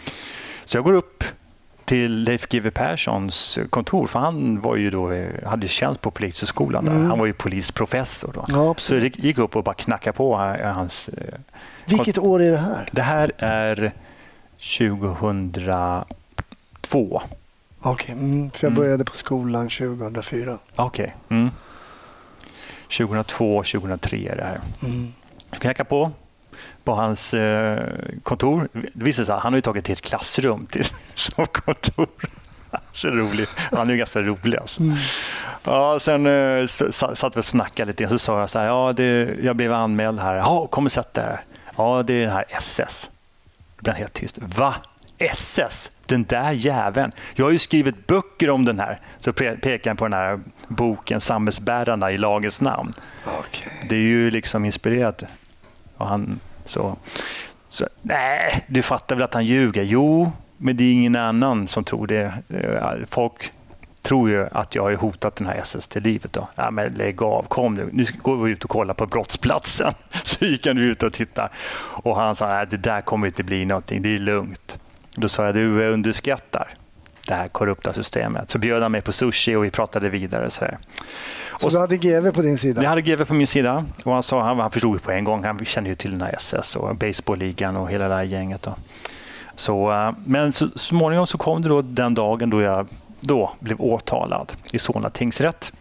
Så jag går upp till Leif G W Perssons kontor, för han var ju då, hade tjänst på polishögskolan. Mm. Han var ju polisprofessor då. Ja, så jag gick upp och bara knackade på hans... Vilket år är det här? Det här är tjugohundratvå. Okej, okay, mm, för jag började mm. på skolan tjugohundrafyra. Okej. Okay. Mm. tjugohundratvå, tjugohundratre är det här. Mm. Jag knackade på på hans eh, kontor. Det visade sig att han har ju tagit till ett klassrum till som kontor. Så roligt. Han är ju ganska rolig alltså. Mm. Ja, sen eh, så, satt vi och snackade lite och så sa jag så här, ja, det, jag blev anmäld här. Ja, kom och sätt där. Ja, det är den här S S. Det blev helt tyst. Va? S S? Den där jäveln. Jag har ju skrivit böcker om den här. Så pekar han på den här boken Samhällsbärarna i lagens namn. Okay. Det är ju liksom inspirerat. Och han så, så nej, du fattar väl att han ljuger? Jo, men det är ingen annan som tror det. Folk tror ju att jag har hotat den här S S till livet. Då. Ja, men lägg av, kom nu. Nu går vi ut och kollar på brottsplatsen. Så gick han ut och tittade. Och han sa, nej, det där kommer inte bli någonting. Det är lugnt. Då sa jag, du underskattar det här korrupta systemet. Så bjöd han mig på sushi och vi pratade vidare. Så, här. så och, du hade G W på din sida? Jag hade G W på min sida. Och han sa, han, han förstod på en gång. Han kände ju till den här S S och baseballligan och hela det här gänget. Då. Så, men så småningom så kom det då den dagen då jag då blev åtalad i Solna tingsrätt.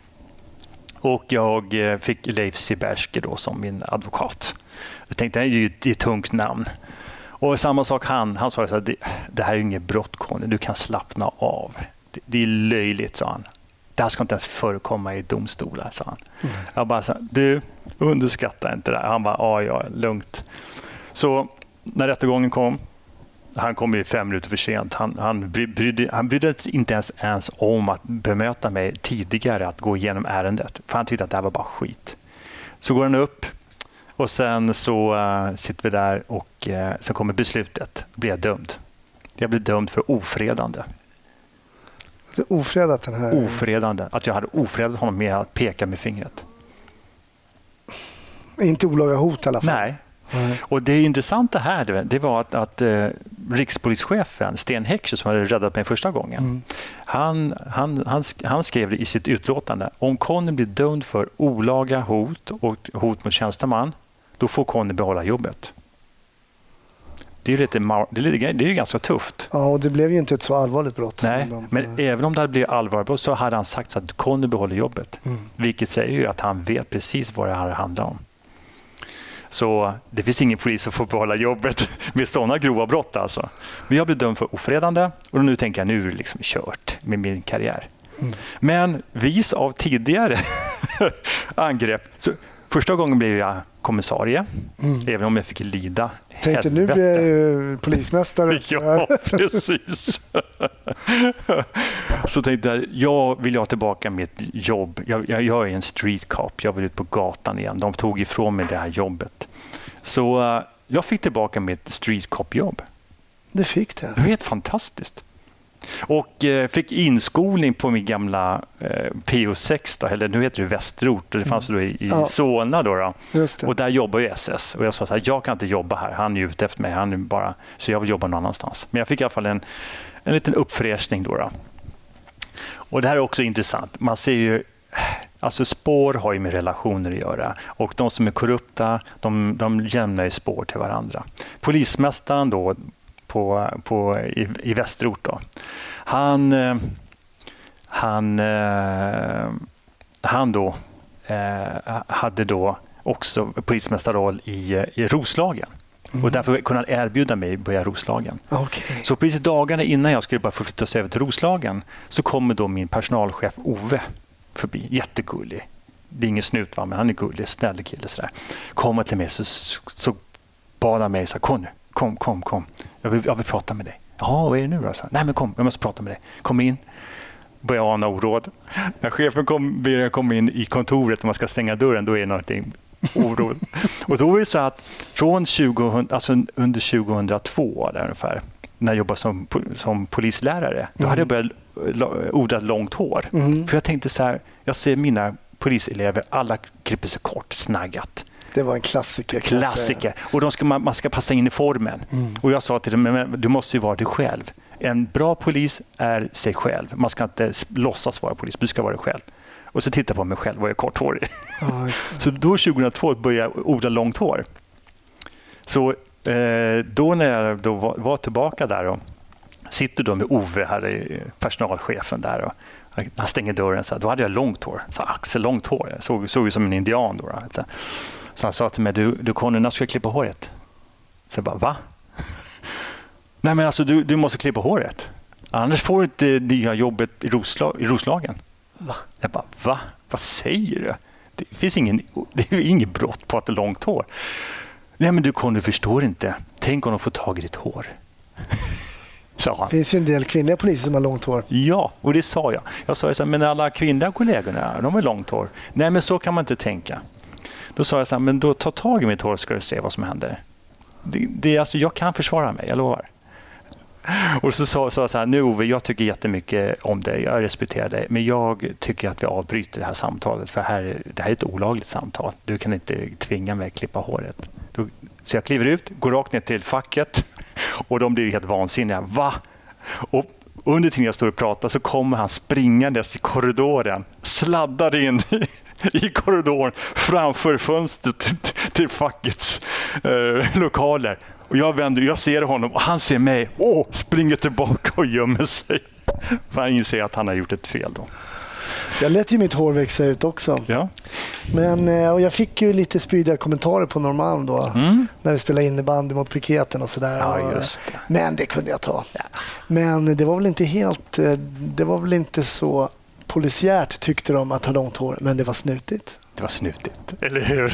Och jag fick Leif Siberski då som min advokat. Jag tänkte, det är ju ett, ett tungt namn. Och samma sak han, han sa att det, det här är inget brott, Conny. Du kan slappna av. Det, det är löjligt, sa han. Det här ska inte ens förekomma i domstolar, sa han. Mm. Jag bara sa, du underskattar inte det här. Han bara, ja, ja, lugnt. Så när rättegången kom, han kom ju fem minuter för sent. Han, han, brydde, han brydde inte ens, ens om att bemöta mig tidigare att gå igenom ärendet. För han tyckte att det här var bara skit. Så går han upp och sen så uh, sitter vi där och uh, sen kommer beslutet. Blir jag dömd. Jag blev dömd för ofredande. Ofredat den här? Ofredande. Att jag hade ofredat honom med att peka med fingret. Inte olaga hot i alla fall? Nej. Mm. Och det intressanta här det var att, att eh, rikspolischefen Sten Heckscher som hade räddat mig första gången mm. han, han, han, han skrev det i sitt utlåtande: om Conny blir dömd för olaga hot och hot mot tjänsteman, då får Conny behålla jobbet. Det är ju lite, det är lite, det är ju ganska tufft. Ja, och det blev ju inte ett så allvarligt brott. Nej, de, men äh... även om det hade blivit allvarligt brott så hade han sagt att Conny behåller jobbet. Mm. Vilket säger ju att han vet precis vad det här handlar om. Så det finns ingen polis som får behålla jobbet med sådana grova brott alltså. Men jag blev dömd för ofredande och nu tänker jag nu är det liksom kört med min karriär. Mm. Men vis av tidigare angrepp. Så första gången blev jag kommissarie, mm. även om jag fick lida. Tänkte nu blir jag ju polismästare. Ja, precis. Så tänkte jag, jag vill ha tillbaka mitt jobb. Jag, jag, jag är en street cop. Jag vill ut på gatan igen. De tog ifrån mig det här jobbet. Så uh, jag fick tillbaka mitt street cop-jobb. Du fick det? Det var helt fantastiskt. Och eh, fick inskolning på min gamla eh, P O sex, då, eller nu heter det Västerort, och det fanns mm. då i, i ja. Solna. Då, då. Och där jobbar ju S S. Och jag sa så här, jag kan inte jobba här. Han är ute efter mig. Han är bara, så jag vill jobba någon annanstans. Men jag fick i alla fall en, en liten uppfräschning. Då, då. Och det här är också intressant. Man ser ju, alltså spår har ju med relationer att göra. Och de som är korrupta, de, de jämnar ju spår till varandra. Polismästaren då, På, på, i, i Västerort då. Han, han, han då eh, hade då också polismästarroll i, i Roslagen. Mm. Och därför kunde han erbjuda mig att börja Roslagen. Okay. Så precis dagarna innan jag skulle bara få flytta över till Roslagen så kommer då min personalchef Ove förbi. Jättegullig. Det är ingen snut, va? Men han är gullig, snäll kille. Sådär. Kommer till mig så, så bad han mig, så här, kom nu, kom, kom, kom. Jag vill, jag vill prata med dig. Jaha, vad är det nu då? Så, nej men kom, jag måste prata med dig. Kom in. Börjar ana oråd. När chefen kom, ber kom in i kontoret och man ska stänga dörren, då är det någonting oråd. Och då är det så att från tjugohundra, alltså under tjugohundratvå där ungefär, när jag jobbade som, som polislärare, då mm. hade jag börjat odla långt hår. Mm. För jag tänkte så här, jag ser mina poliselever, alla klipper sig kort, snaggat. Det var en klassiker. Klassiker. Och de ska, man, man ska passa in i formen. Mm. Och jag sa till dem, men du måste ju vara dig själv. En bra polis är sig själv. Man ska inte låtsas vara polis, du ska vara dig själv. Och så tittar jag på mig själv och jag är korthårig. Ja, så då tjugohundratvå började jag odla långt hår. Så eh, då när jag då var, var tillbaka där och sitter då med Ove, här, personalchefen där, och han stänger dörren, så då hade jag långt hår, så axellångt hår. Jag såg, såg ju som en indian då. då så han sa till mig, du, du Conny, när ska jag klippa håret? Så jag bara, va? Nej men alltså du, du måste klippa håret. Annars får du inte det nya jobbet i, Rosla, i Roslagen. Va? Jag bara, va? Vad säger du? Det finns ingen, det är inget brott på att det är långt hår. Nej men du Conny, förstår inte. Tänk om de får tag i ditt hår. Det finns ju en del kvinnliga poliser som har långt hår. Ja, och det sa jag. Jag sa så här, men alla kvinnliga kollegorna, de har långt hår. Nej, men så kan man inte tänka. Då sa jag så här, men då ta tag i mitt hår, ska du se vad som händer. Det, det, alltså, jag kan försvara mig, jag lovar. Och så sa jag så här, nu Ove, jag tycker jättemycket om dig, jag respekterar dig, men jag tycker att vi avbryter det här samtalet, för här, det här är ett olagligt samtal. Du kan inte tvinga mig att klippa håret. Då, så jag kliver ut, går rakt ner till facket. Och de blir ju helt vansinniga. Va? Och under tiden jag står och pratar så kommer han springandes i korridoren. Sladdar in i korridoren framför fönstret till, till fackets eh, lokaler. Och jag vänder, jag ser honom och han ser mig. Åh, springer tillbaka och gömmer sig. För han inser att han har gjort ett fel då. Jag lät ju mitt hår växa ut också. Ja. Men, och jag fick ju lite spydiga kommentarer på Norrmalm då. Mm. När vi spelade innebandy mot piketen och sådär. Ja, just det. Men det kunde jag ta. Ja. Men det var väl inte helt... Det var väl inte så polisiärt tyckte de att ha långt hår. Men det var snutigt. Det var snutigt, eller hur?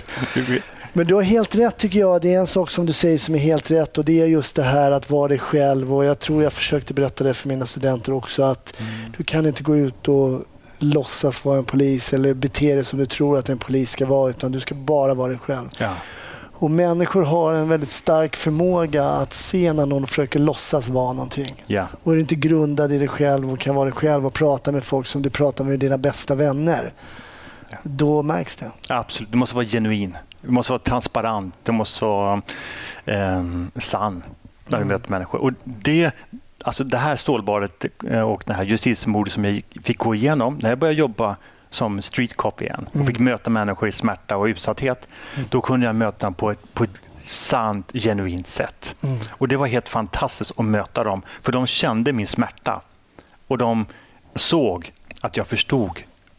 Men du har helt rätt tycker jag. Det är en sak som du säger som är helt rätt. Och det är just det här att vara dig själv. Och jag tror jag försökte berätta det för mina studenter också. Att mm. du kan inte gå ut och låtsas vara en polis eller bete dig som du tror att en polis ska vara, utan du ska bara vara dig själv. Ja. Och människor har en väldigt stark förmåga att se när någon försöker låtsas vara någonting. Ja. Och är du inte grundad i dig själv och kan vara dig själv och prata med folk som du pratar med dina bästa vänner, ja. Då märks det. Absolut, du måste vara genuin. Du måste vara transparent. Du måste vara eh, sann när du mm. möter människor. Och det Alltså det här stålbadet och det här justitiemordet som jag fick gå igenom när jag började jobba som street cop igen och fick möta människor i smärta och utsatthet, mm. då kunde jag möta dem på ett, på ett sant, genuint sätt. Mm. Och det var helt fantastiskt att möta dem, för de kände min smärta och de såg att jag förstod.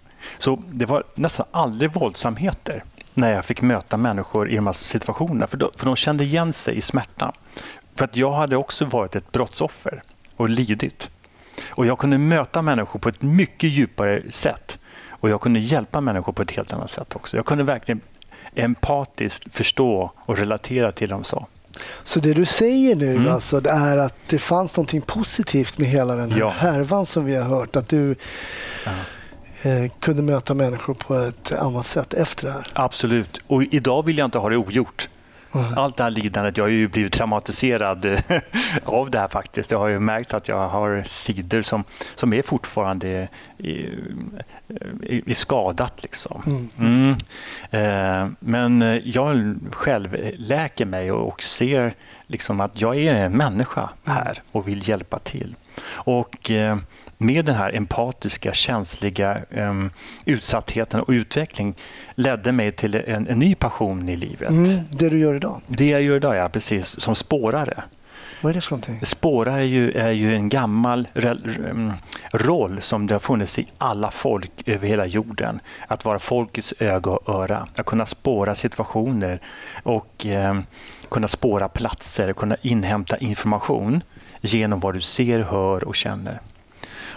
Så det var nästan aldrig våldsamheter när jag fick möta människor i de här situationerna, för de, för de kände igen sig i smärta. För att jag hade också varit ett brottsoffer och lidit. Och jag kunde möta människor på ett mycket djupare sätt. Och jag kunde hjälpa människor på ett helt annat sätt också. Jag kunde verkligen empatiskt förstå och relatera till dem så. Så det du säger nu mm. alltså, det är att det fanns någonting positivt med hela den här ja. härvan som vi har hört. Att du ja. eh, kunde möta människor på ett annat sätt efter det här. Absolut. Och idag vill jag inte ha det ogjort. Allt det här lidandet, jag har ju blivit traumatiserad av det här faktiskt. Jag har ju märkt att jag har sidor som, som är fortfarande i, i, i skadat. Liksom. Mm. Mm. Eh, men jag själv läker mig och, och ser liksom att jag är en människa här och vill hjälpa till. Och eh, med den här empatiska, känsliga um, utsattheten och utveckling ledde mig till en, en ny passion i livet. Mm, det du gör idag? Det jag gör idag, ja, precis. Som spårare. Vad är det för någonting? Spårare är ju, är ju en gammal re- roll som det har funnits i alla folk över hela jorden. Att vara folkets öga och öra. Att kunna spåra situationer och eh, kunna spåra platser. Kunna inhämta information genom vad du ser, hör och känner.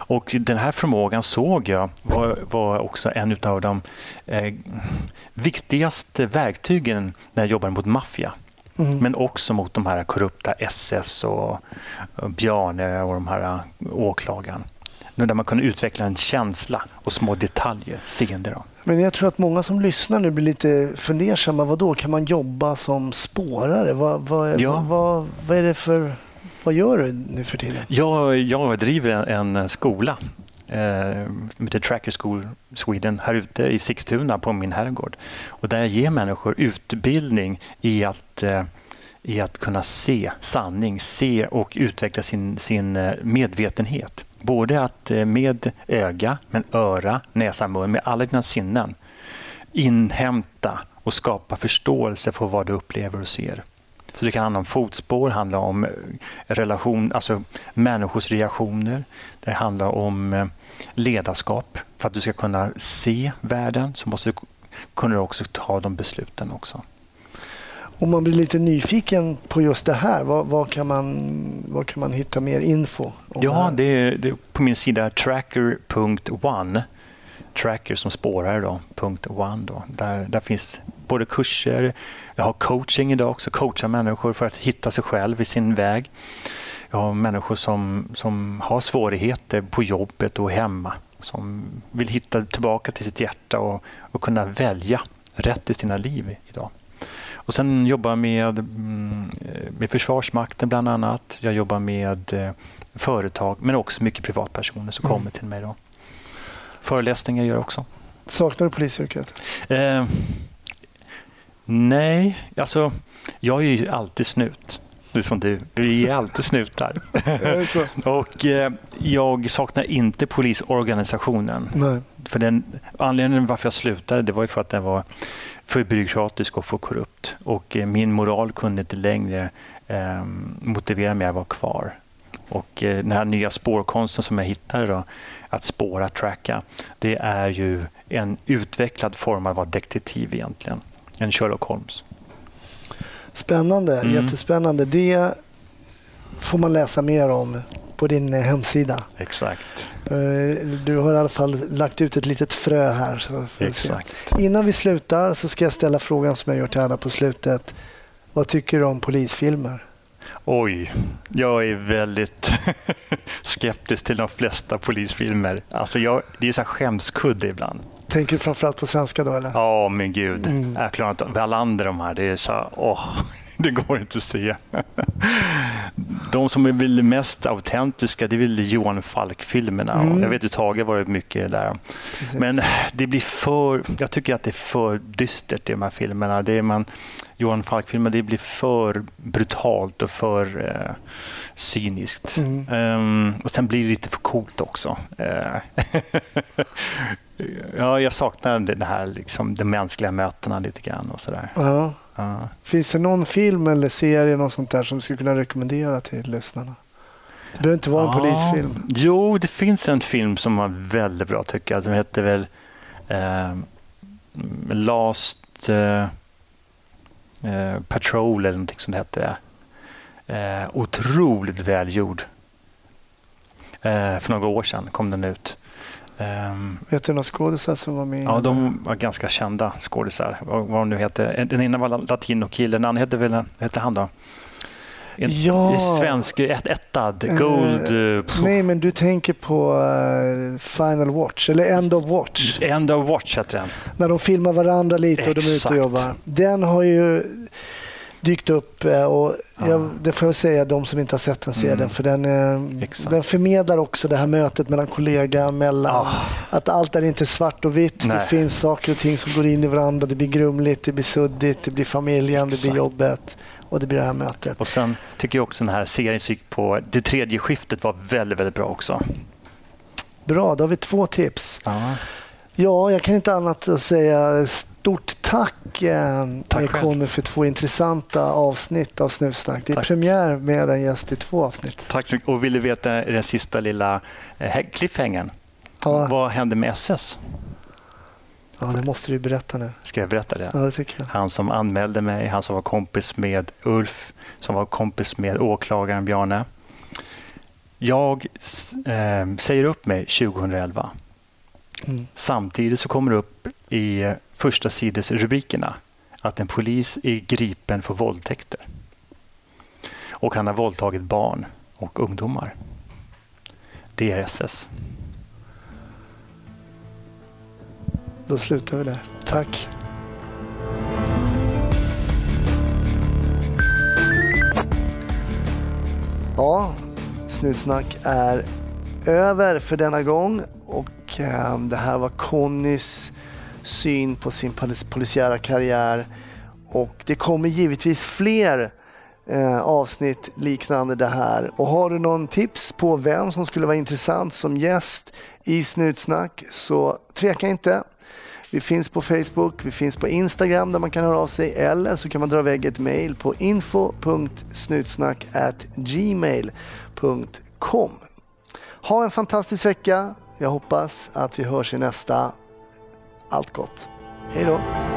Och den här förmågan såg jag var, var också en av de eh, viktigaste verktygen när jag jobbade mot maffia. Mm. Men också mot de här korrupta S S och, och Bjarne och de här åklagaren. Där man kunde utveckla en känsla och små detaljer, seende då. Men jag tror att många som lyssnar nu blir lite fundersamma. Vad då? Kan man jobba som spårare? Vad, vad, ja. vad, vad är det för... Vad gör du nu för tiden? Jag, jag driver en, en skola eh, som heter Tracker School Sweden här ute i Sigtuna på min herrgård. Och där jag ger människor utbildning i att, eh, i att kunna se sanning, se och utveckla sin, sin medvetenhet. Både att eh, med öga, med öra, näsa, mun, med alla dina sinnen inhämta och skapa förståelse för vad du upplever och ser. Så det kan handla om fotspår, handla om relation, alltså människors reaktioner. Det handlar om ledarskap. För att du ska kunna se världen så måste du kunna också ta de besluten också. Om man blir lite nyfiken på just det här, vad, vad, kan, man, vad kan man hitta mer info om? Ja, det är, det är på min sida tracker punkt one. Tracker som spårare då, punkt one då. Där, där finns både kurser, jag har coaching idag också, coachar människor för att hitta sig själv i sin väg. Jag har människor som, som har svårigheter på jobbet och hemma, som vill hitta tillbaka till sitt hjärta och, och kunna välja rätt i sina liv idag. Och sen jobbar jag med, med Försvarsmakten bland annat. Jag jobbar med företag men också mycket privatpersoner som mm. kommer till mig då. Föreläsningar gör jag också. Saknar du polisyrket? Eh, nej, alltså jag är ju alltid snut. Det är som du, vi är alltid snutar. Och eh, jag saknar inte polisorganisationen. Nej. För den anledningen varför jag slutade, det var ju för att den var för byråkratisk och för korrupt. Och eh, min moral kunde inte längre eh, motivera mig att vara kvar. Och eh, den här nya spårkonsten som jag hittade då, att spåra, tracka, det är ju en utvecklad form av att vara detektiv egentligen. En Sherlock Holmes. Spännande, mm. jättespännande. Det får man läsa mer om på din hemsida. Exakt. Du har i alla fall lagt ut ett litet frö här. Så Exakt. Se. Innan vi slutar så ska jag ställa frågan som jag gör till alla på slutet. Vad tycker du om polisfilmer? Oj, jag är väldigt skeptisk till de flesta polisfilmer. Alltså jag, det är så här skämskudde ibland. Tänker du framförallt på svenska då eller? Ja, oh, men gud. Mm. Jag klarar inte Wallander de här. Det är så här, åh, det går inte att se. De som är väl mest autentiska, det är väl Johan Falk-filmerna. Mm. Jag vet att Tage varit mycket där. Precis. Men det blir för, jag tycker att det är för dystert i de här filmerna. Det är man, Johan Falk-filmer, det blir för brutalt och för eh, cyniskt. Mm. Um, och sen blir det lite för coolt också. Uh, ja, jag saknar det här, liksom, de mänskliga mötena lite grann och sådär. Ja. Ja. Finns det någon film eller serie något sånt där som du skulle kunna rekommendera till lyssnarna? Det behöver inte vara en ja. polisfilm. Jo, det finns en film som var väldigt bra tycker jag. Som heter väl eh, Last eh, eh, Patrol eller någonting som det hette. Eh, otroligt välgjord. Eh, för några år sedan kom den ut. Um, Vet du några skådisar som var med? Ja, de var ganska kända skådisar. Vad, vad de nu heter. Den ena var latinokillen, den andra hette väl hette han då? En, ja. Svensk, ett, ettad, uh, Gold. Uh, nej, men du tänker på uh, Final Watch, eller End of Watch. End of Watch heter den. När de filmar varandra lite och Exakt. de är ute och jobbar. Den har ju dykt upp och jag, det får jag säga, de som inte har sett den ser mm. den, för den, den förmedlar också det här mötet mellan kollegor, mellan ah. att allt är inte svart och vitt. Nej. Det finns saker och ting som går in i varandra, det blir grumligt, det blir suddigt, det blir familjen, Exakt. det blir jobbet och det blir det här mötet. Och sen tycker jag också den här serien på det tredje skiftet var väldigt, väldigt bra också. Bra, då har vi två tips. Ah. Ja, jag kan inte annat att säga stort tack, eh, tack Conny för två intressanta avsnitt av Snutsnack. Det är tack. premiär med en gäst i två avsnitt. Tack så mycket. Och vill du veta den sista lilla eh, cliffhangern? Ja. Vad hände med S S? Ja, det måste du berätta nu. Ska jag berätta det? Ja, det tycker jag. Han som anmälde mig, han som var kompis med Ulf, som var kompis med åklagaren Bjarne. Jag eh, säger upp mig tjugohundraelva. Mm. Samtidigt så kommer det upp i första sidesrubrikerna att en polis är gripen för våldtäkter. Och han har våldtagit barn och ungdomar. D R S S. Då slutar vi där. Tack. Ja, Snutsnack är över för denna gång och eh, det här var Connys syn på sin polisiära karriär och det kommer givetvis fler eh, avsnitt liknande det här. Och har du någon tips på vem som skulle vara intressant som gäst i Snutsnack så tveka inte. Vi finns på Facebook, vi finns på Instagram där man kan höra av sig eller så kan man dra iväg ett mejl på info punkt snutsnack at gmail punkt com. Ha en fantastisk vecka. Jag hoppas att vi hörs i nästa. Allt gott. Hej då!